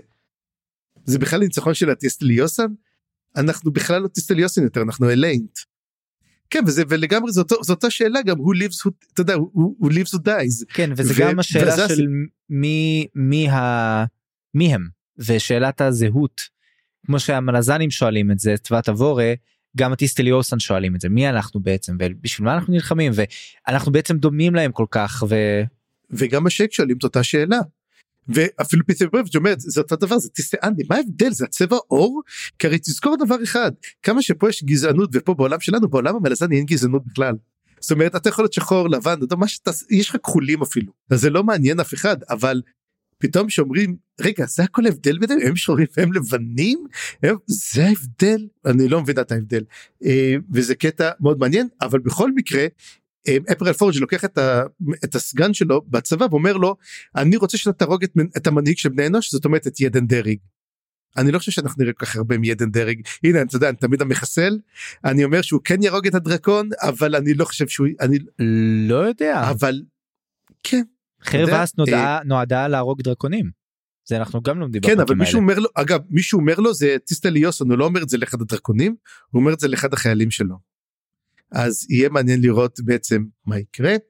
זה בכלל ניצחון של הטיסטליוסן, אנחנו בכלל לא טיסטליוסן יותר, אנחנו אליינט. כן, וזה, ולגמרי זו, זו אותה שאלה גם, who lives, who, אתה יודע, who, who lives who dies. כן, וזה ו- גם השאלה וזה... של מי, מי, ה... מי הם, ושאלת הזהות, כמו שהמלזנים שואלים את זה, צבאת עבורה, גם הטיסטליוסן שואלים את זה, מי אנחנו בעצם, ובשביל מה אנחנו נלחמים, ואנחנו בעצם דומים להם כל כך, ו... וגם השייק שואלים את אותה שאלה, ואפילו פיטר ברב שאומרת, זה אותו דבר, זה טיסטאנדי, מה ההבדל? זה הצבע אור? כי הרי תזכור דבר אחד, כמה שפה יש גזענות, ופה בעולם שלנו, בעולם המלזני אין גזענות בכלל, זאת אומרת, אתה יכול להיות שחור, לבן, אתה, מה שאתה, יש לך כחולים אפילו, אז זה לא מעניין אף אחד, אבל פתאום שאומרים, רגע, זה הכל הבדל ביניהם, הם שחורים והם לבנים, הם, זה ההבדל, אני לא מבינה את ההבדל, וזה קטע מאוד מעניין, אבל בכל מקרה, אפרל פורג' לוקח את, ה, את הסגן שלו בצבא, ואומר לו, אני רוצה שאתה תרוג את, את המנהיג של בני אנוש, זאת אומרת את ידן דרג, אני לא חושב שאנחנו נראה כל כך הרבה מידן דרג, הנה, אתה יודע, אני תמיד המחסל, אני אומר שהוא כן ירוג את הדרקון, אבל אני לא חושב שהוא, אני לא יודע, אבל כן, חרב האסט נועדה להרוג דרקונים, זה אנחנו גם לומדים. כן, אבל מישהו אומר לו, אגב, מישהו אומר לו, זה טיסטליוסן, הוא לא אומר את זה לאחד הדרקונים, הוא אומר את זה לאחד החיילים שלו. אז יהיה מעניין לראות בעצם מה יקרה.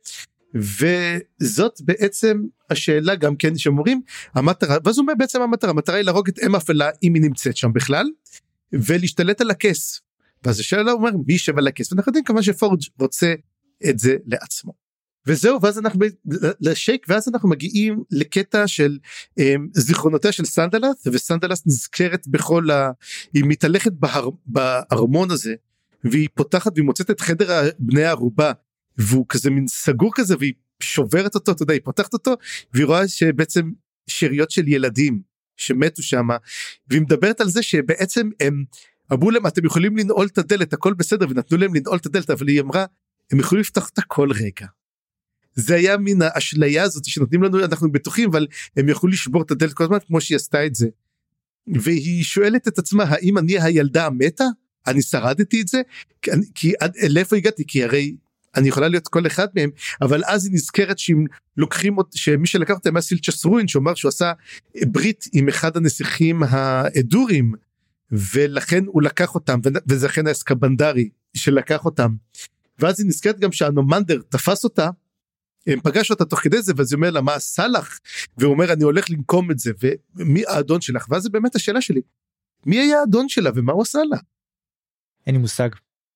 וזאת בעצם השאלה גם כן שאומרים, המטרה, ואז הוא אומר בעצם המטרה, המטרה היא להרוג את אם אפלה אם היא נמצאת שם בכלל, ולהשתלט על הכס, ואז השאלה אומר מי ישב על הכס, ואנחנו יודעים כמובן שפורג' רוצה את זה לעצמו. וזהו, ואז אנחנו לשייק, ואז אנחנו מגיעים לקטע של um, זיכרונותיה של סנדלת, וסנדלת נזכרת בכל ה... היא מתהלכת בהר... בארמון הזה, והיא פותחת והיא מוצאת את חדר בני הערובה, והוא כזה מין סגור כזה, והיא שוברת אותו, אתה יודע, היא פותחת אותו, והיא רואה שבעצם שאריות של ילדים שמתו שם, והיא מדברת על זה שבעצם הם אמרו להם, אתם יכולים לנעול את הדלת, הכל בסדר, ונתנו להם לנעול את הדלת, אבל היא אמרה, הם יכולים לפתוח את הכל רגע. זה היה מן האשליה הזאת שנותנים לנו, אנחנו בטוחים, אבל הם יכולים לשבור את הדלת כל הזמן, כמו שהיא עשתה את זה. והיא שואלת את עצמה, האם אני הילדה המתה? אני שרדתי את זה? כי, כי עד לאיפה הגעתי? כי הרי אני יכולה להיות כל אחד מהם, אבל אז היא נזכרת שאם לוקחים אותה, שמי שלקח אותה היה סילצ'סרוין, שאומר שהוא עשה ברית עם אחד הנסיכים האדורים, ולכן הוא לקח אותם, וזה לכן האסקבנדרי שלקח אותם. ואז היא נזכרת גם שהנומנדר תפס אותה, פגש אותה תוך כדי זה, ואז היא אומר לה, מה עשה לך? והוא אומר, אני הולך לנקום את זה, ומי האדון שלך? ואז זה באמת השאלה שלי, מי היה האדון שלה, ומה הוא עשה לה? אין לי מושג.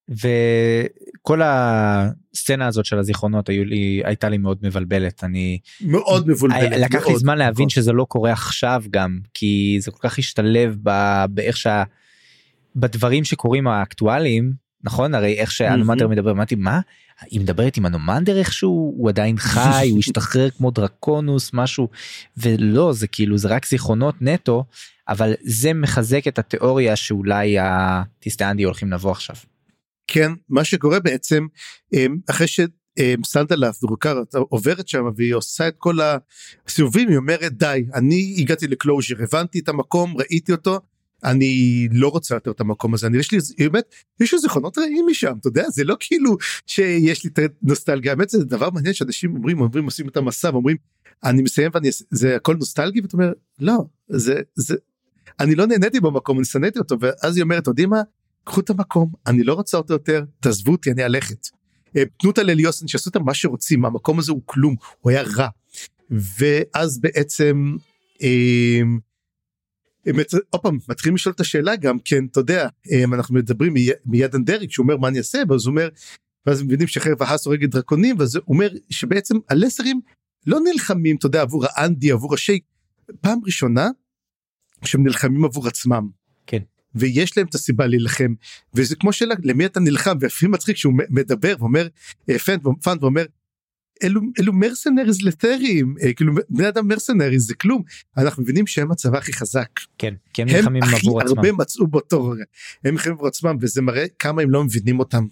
וכל הסצנה הזאת של הזיכרונות היו לי, הייתה לי מאוד מבלבלת. אני מאוד מבולבלת. לקח מאוד, לי זמן להבין מאוד. שזה לא קורה עכשיו גם, כי זה כל כך השתלב באיך שה... בדברים שקורים האקטואליים, נכון? הרי איך שהנומנדר מדבר, אמרתי, מה? היא מדברת עם הנומנדר איכשהו, הוא עדיין חי, הוא השתחרר כמו דרקונוס, משהו, ולא, זה כאילו, זה רק זיכרונות נטו, אבל זה מחזק את התיאוריה שאולי הטיסטאנדי הולכים לבוא עכשיו. כן, מה שקורה בעצם, אחרי שסנדלף דרוקר עוברת שם, והיא עושה את כל הסיבובים, היא אומרת, די, אני הגעתי לקלוז'ר, הבנתי את המקום, ראיתי אותו, אני לא רוצה יותר את המקום הזה, אני יש לי, באמת, יש לי זיכרונות רעים משם, אתה יודע, זה לא כאילו שיש לי נוסטלגיה, באמת זה דבר מעניין שאנשים אומרים, אומרים, עושים את המסע, ואומרים, אני מסיים ואני, זה הכל נוסטלגי, ואתה אומר, לא, זה, זה, אני לא נהניתי במקום, אני שנאתי אותו, ואז היא אומרת, יודעים מה, קחו את המקום, אני לא רוצה אותו יותר, תעזבו אותי, אני הלכת. תנו אותה לליוסן, שעשו אותה מה שרוצים, המקום הזה הוא כלום, הוא היה רע, ואז בעצם, עוד פעם, מתחילים לשאול את השאלה גם, כן, אתה יודע, אנחנו מדברים מיד אנדריק, שהוא אומר מה אני אעשה, ואז הוא אומר, ואז הם מבינים שחרב והס הורגת דרקונים, ואז הוא אומר שבעצם הלסרים לא נלחמים, אתה יודע, עבור האנדי, עבור השייק, פעם ראשונה, שהם נלחמים עבור עצמם. כן. ויש להם את הסיבה להילחם, וזה כמו שאלה, למי אתה נלחם, ואפילו מצחיק שהוא מדבר, ואומר, פאנד ואומר, אלו, אלו מרסנריז לתרים, כאילו בני אדם מרסנריז זה כלום, אנחנו מבינים שהם הצבא הכי חזק. כן, כי הם נלחמים עבור עצמם. הם הכי הרבה מצאו באותו רגע, הם נלחמים עבור עצמם, וזה מראה כמה הם לא מבינים אותם.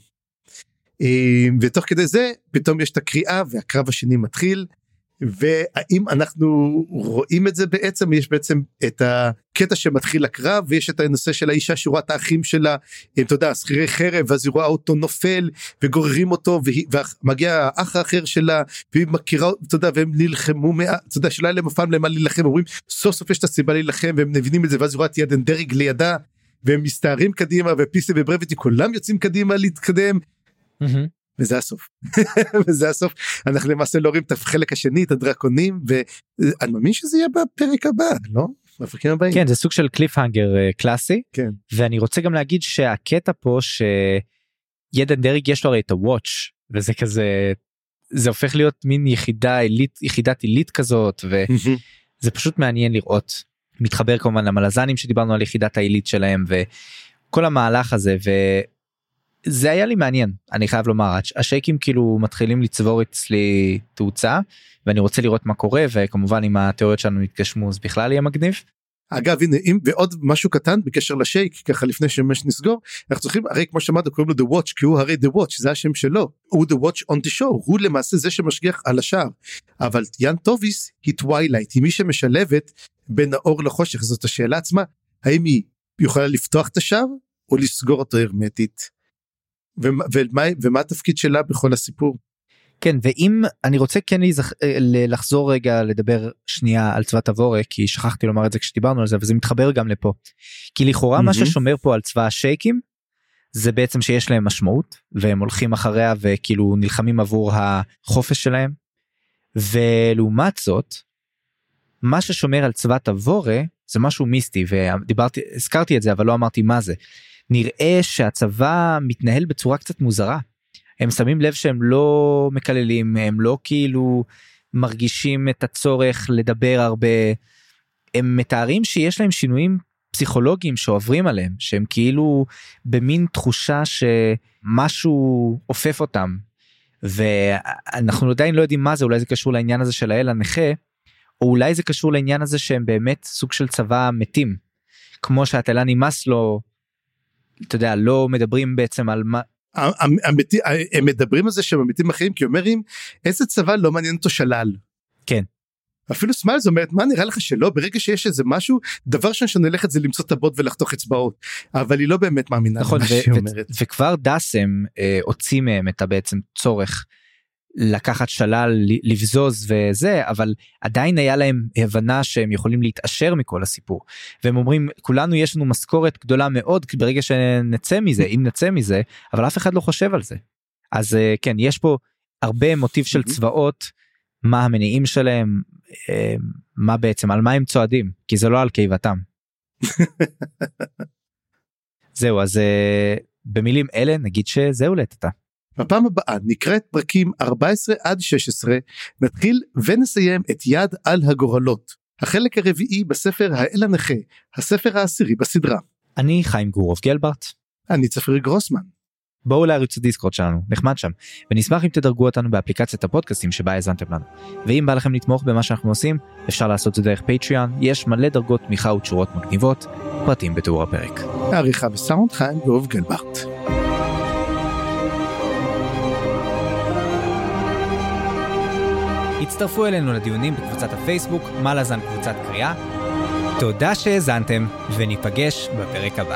ותוך כדי זה, פתאום יש את הקריאה, והקרב השני מתחיל, והאם אנחנו רואים את זה בעצם, יש בעצם את הקטע שמתחיל הקרב, ויש את הנושא של האישה שרואה את האחים שלה, אתה יודע, שכירי חרב, ואז היא רואה אותו נופל, וגוררים אותו, ומגיע האח האחר שלה, והיא מכירה, אתה יודע, והם נלחמו, אתה יודע, שלא היה להם הפעם למה להילחם, אומרים, סוף סוף יש את הסיבה להילחם, והם מבינים את זה, ואז היא רואה את יד אנדריג לידה, והם מסתערים קדימה, ופיסי וברביטי, כולם יוצאים קדימה להתקדם, וזה הסוף, וזה הסוף, אנחנו למעשה לא רואים את החלק השני, את הדרקונים, ואני מאמין שזה יהיה בפרק הבא, לא? בפרקים הבאים. כן, זה סוג של קליפהנגר קלאסי, כן. ואני רוצה גם להגיד שהקטע פה, שיד אנדריג יש לו הרי את הוואץ', וזה כזה, זה הופך להיות מין יחידה עילית, יחידת עילית כזאת, וזה פשוט מעניין לראות, מתחבר כמובן למלזנים שדיברנו על יחידת העילית שלהם, וכל המהלך הזה, ו... זה היה לי מעניין, אני חייב לומר, השייקים כאילו מתחילים לצבור אצלי תאוצה, ואני רוצה לראות מה קורה, וכמובן אם התיאוריות שלנו יתגשמו, אז בכלל יהיה מגניב. אגב, הנה, אם, ועוד משהו קטן בקשר לשייק, ככה לפני שמש נסגור, אנחנו צריכים, הרי כמו שמענו, קוראים לו The Watch, כי הוא הרי The Watch, זה השם שלו, הוא The Watch on the show, הוא למעשה זה שמשגיח על השער, אבל יאן טוביס היא טווילייט, היא מי שמשלבת בין האור לחושך, זאת השאלה עצמה, האם היא יכולה לפתוח את השער, או לסגור אותו הרמטית? ומה, ומה, ומה התפקיד שלה בכל הסיפור? כן, ואם אני רוצה כן להזכ... לחזור רגע לדבר שנייה על צבא תבורק, כי שכחתי לומר את זה כשדיברנו על זה, וזה מתחבר גם לפה. כי לכאורה mm-hmm. מה ששומר פה על צבא השייקים, זה בעצם שיש להם משמעות, והם הולכים אחריה וכאילו נלחמים עבור החופש שלהם, ולעומת זאת, מה ששומר על צבא תבורה, זה משהו מיסטי, ודיברתי, הזכרתי את זה, אבל לא אמרתי מה זה. נראה שהצבא מתנהל בצורה קצת מוזרה. הם שמים לב שהם לא מקללים, הם לא כאילו מרגישים את הצורך לדבר הרבה, הם מתארים שיש להם שינויים פסיכולוגיים שעוברים עליהם, שהם כאילו במין תחושה שמשהו עופף אותם, ואנחנו עדיין לא יודעים מה זה, אולי זה קשור לעניין הזה של האל הנכה, או אולי זה קשור לעניין הזה שהם באמת סוג של צבא מתים, כמו שהתלן נמאס לו, אתה יודע, לא מדברים בעצם על מה... הם מדברים על זה שהם מתים אחרים, כי אומרים, איזה צבא לא מעניין אותו שלל. כן. אפילו סמייל זאת אומרת, מה נראה לך שלא, ברגע שיש איזה משהו, דבר שאני הולכת זה למצוא טבות ולחתוך אצבעות, אבל היא לא באמת מאמינה נכון, למה שהיא אומרת. וכבר דסם אה, הוציא מהם את בעצם צורך לקחת שלל, לבזוז וזה, אבל עדיין היה להם הבנה שהם יכולים להתאשר מכל הסיפור, והם אומרים, כולנו יש לנו משכורת גדולה מאוד, ברגע שנצא מזה, אם נצא מזה, אבל אף אחד לא חושב על זה. אז אה, כן, יש פה הרבה מוטיב של צבאות, מה המניעים שלהם, מה בעצם, על מה הם צועדים, כי זה לא על קיבתם. זהו, אז במילים אלה נגיד שזהו לטאטה. בפעם הבאה נקרא את פרקים ארבע עשרה עד שש עשרה, נתחיל ונסיים את יד על הגורלות, החלק הרביעי בספר האל הנכה, הספר העשירי בסדרה. אני חיים גורוב גלברט. אני צפריר גרוסמן. בואו לערוץ הדיסקורד שלנו, נחמד שם, ונשמח אם תדרגו אותנו באפליקציית הפודקאסטים שבה האזנתם לנו. ואם בא לכם לתמוך במה שאנחנו עושים, אפשר לעשות את זה דרך פטריון, יש מלא דרגות תמיכה ותשורות מגניבות, פרטים בתיאור הפרק. העריכה וסאונד חיים גורוב גלברט. הצטרפו אלינו לדיונים בקבוצת הפייסבוק, מה לזן קבוצת קריאה. תודה שהאזנתם, וניפגש בפרק הבא.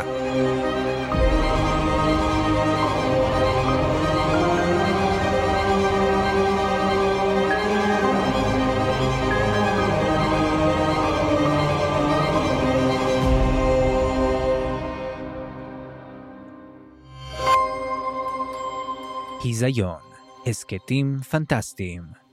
היזיון, הסקטים פנטסטיים.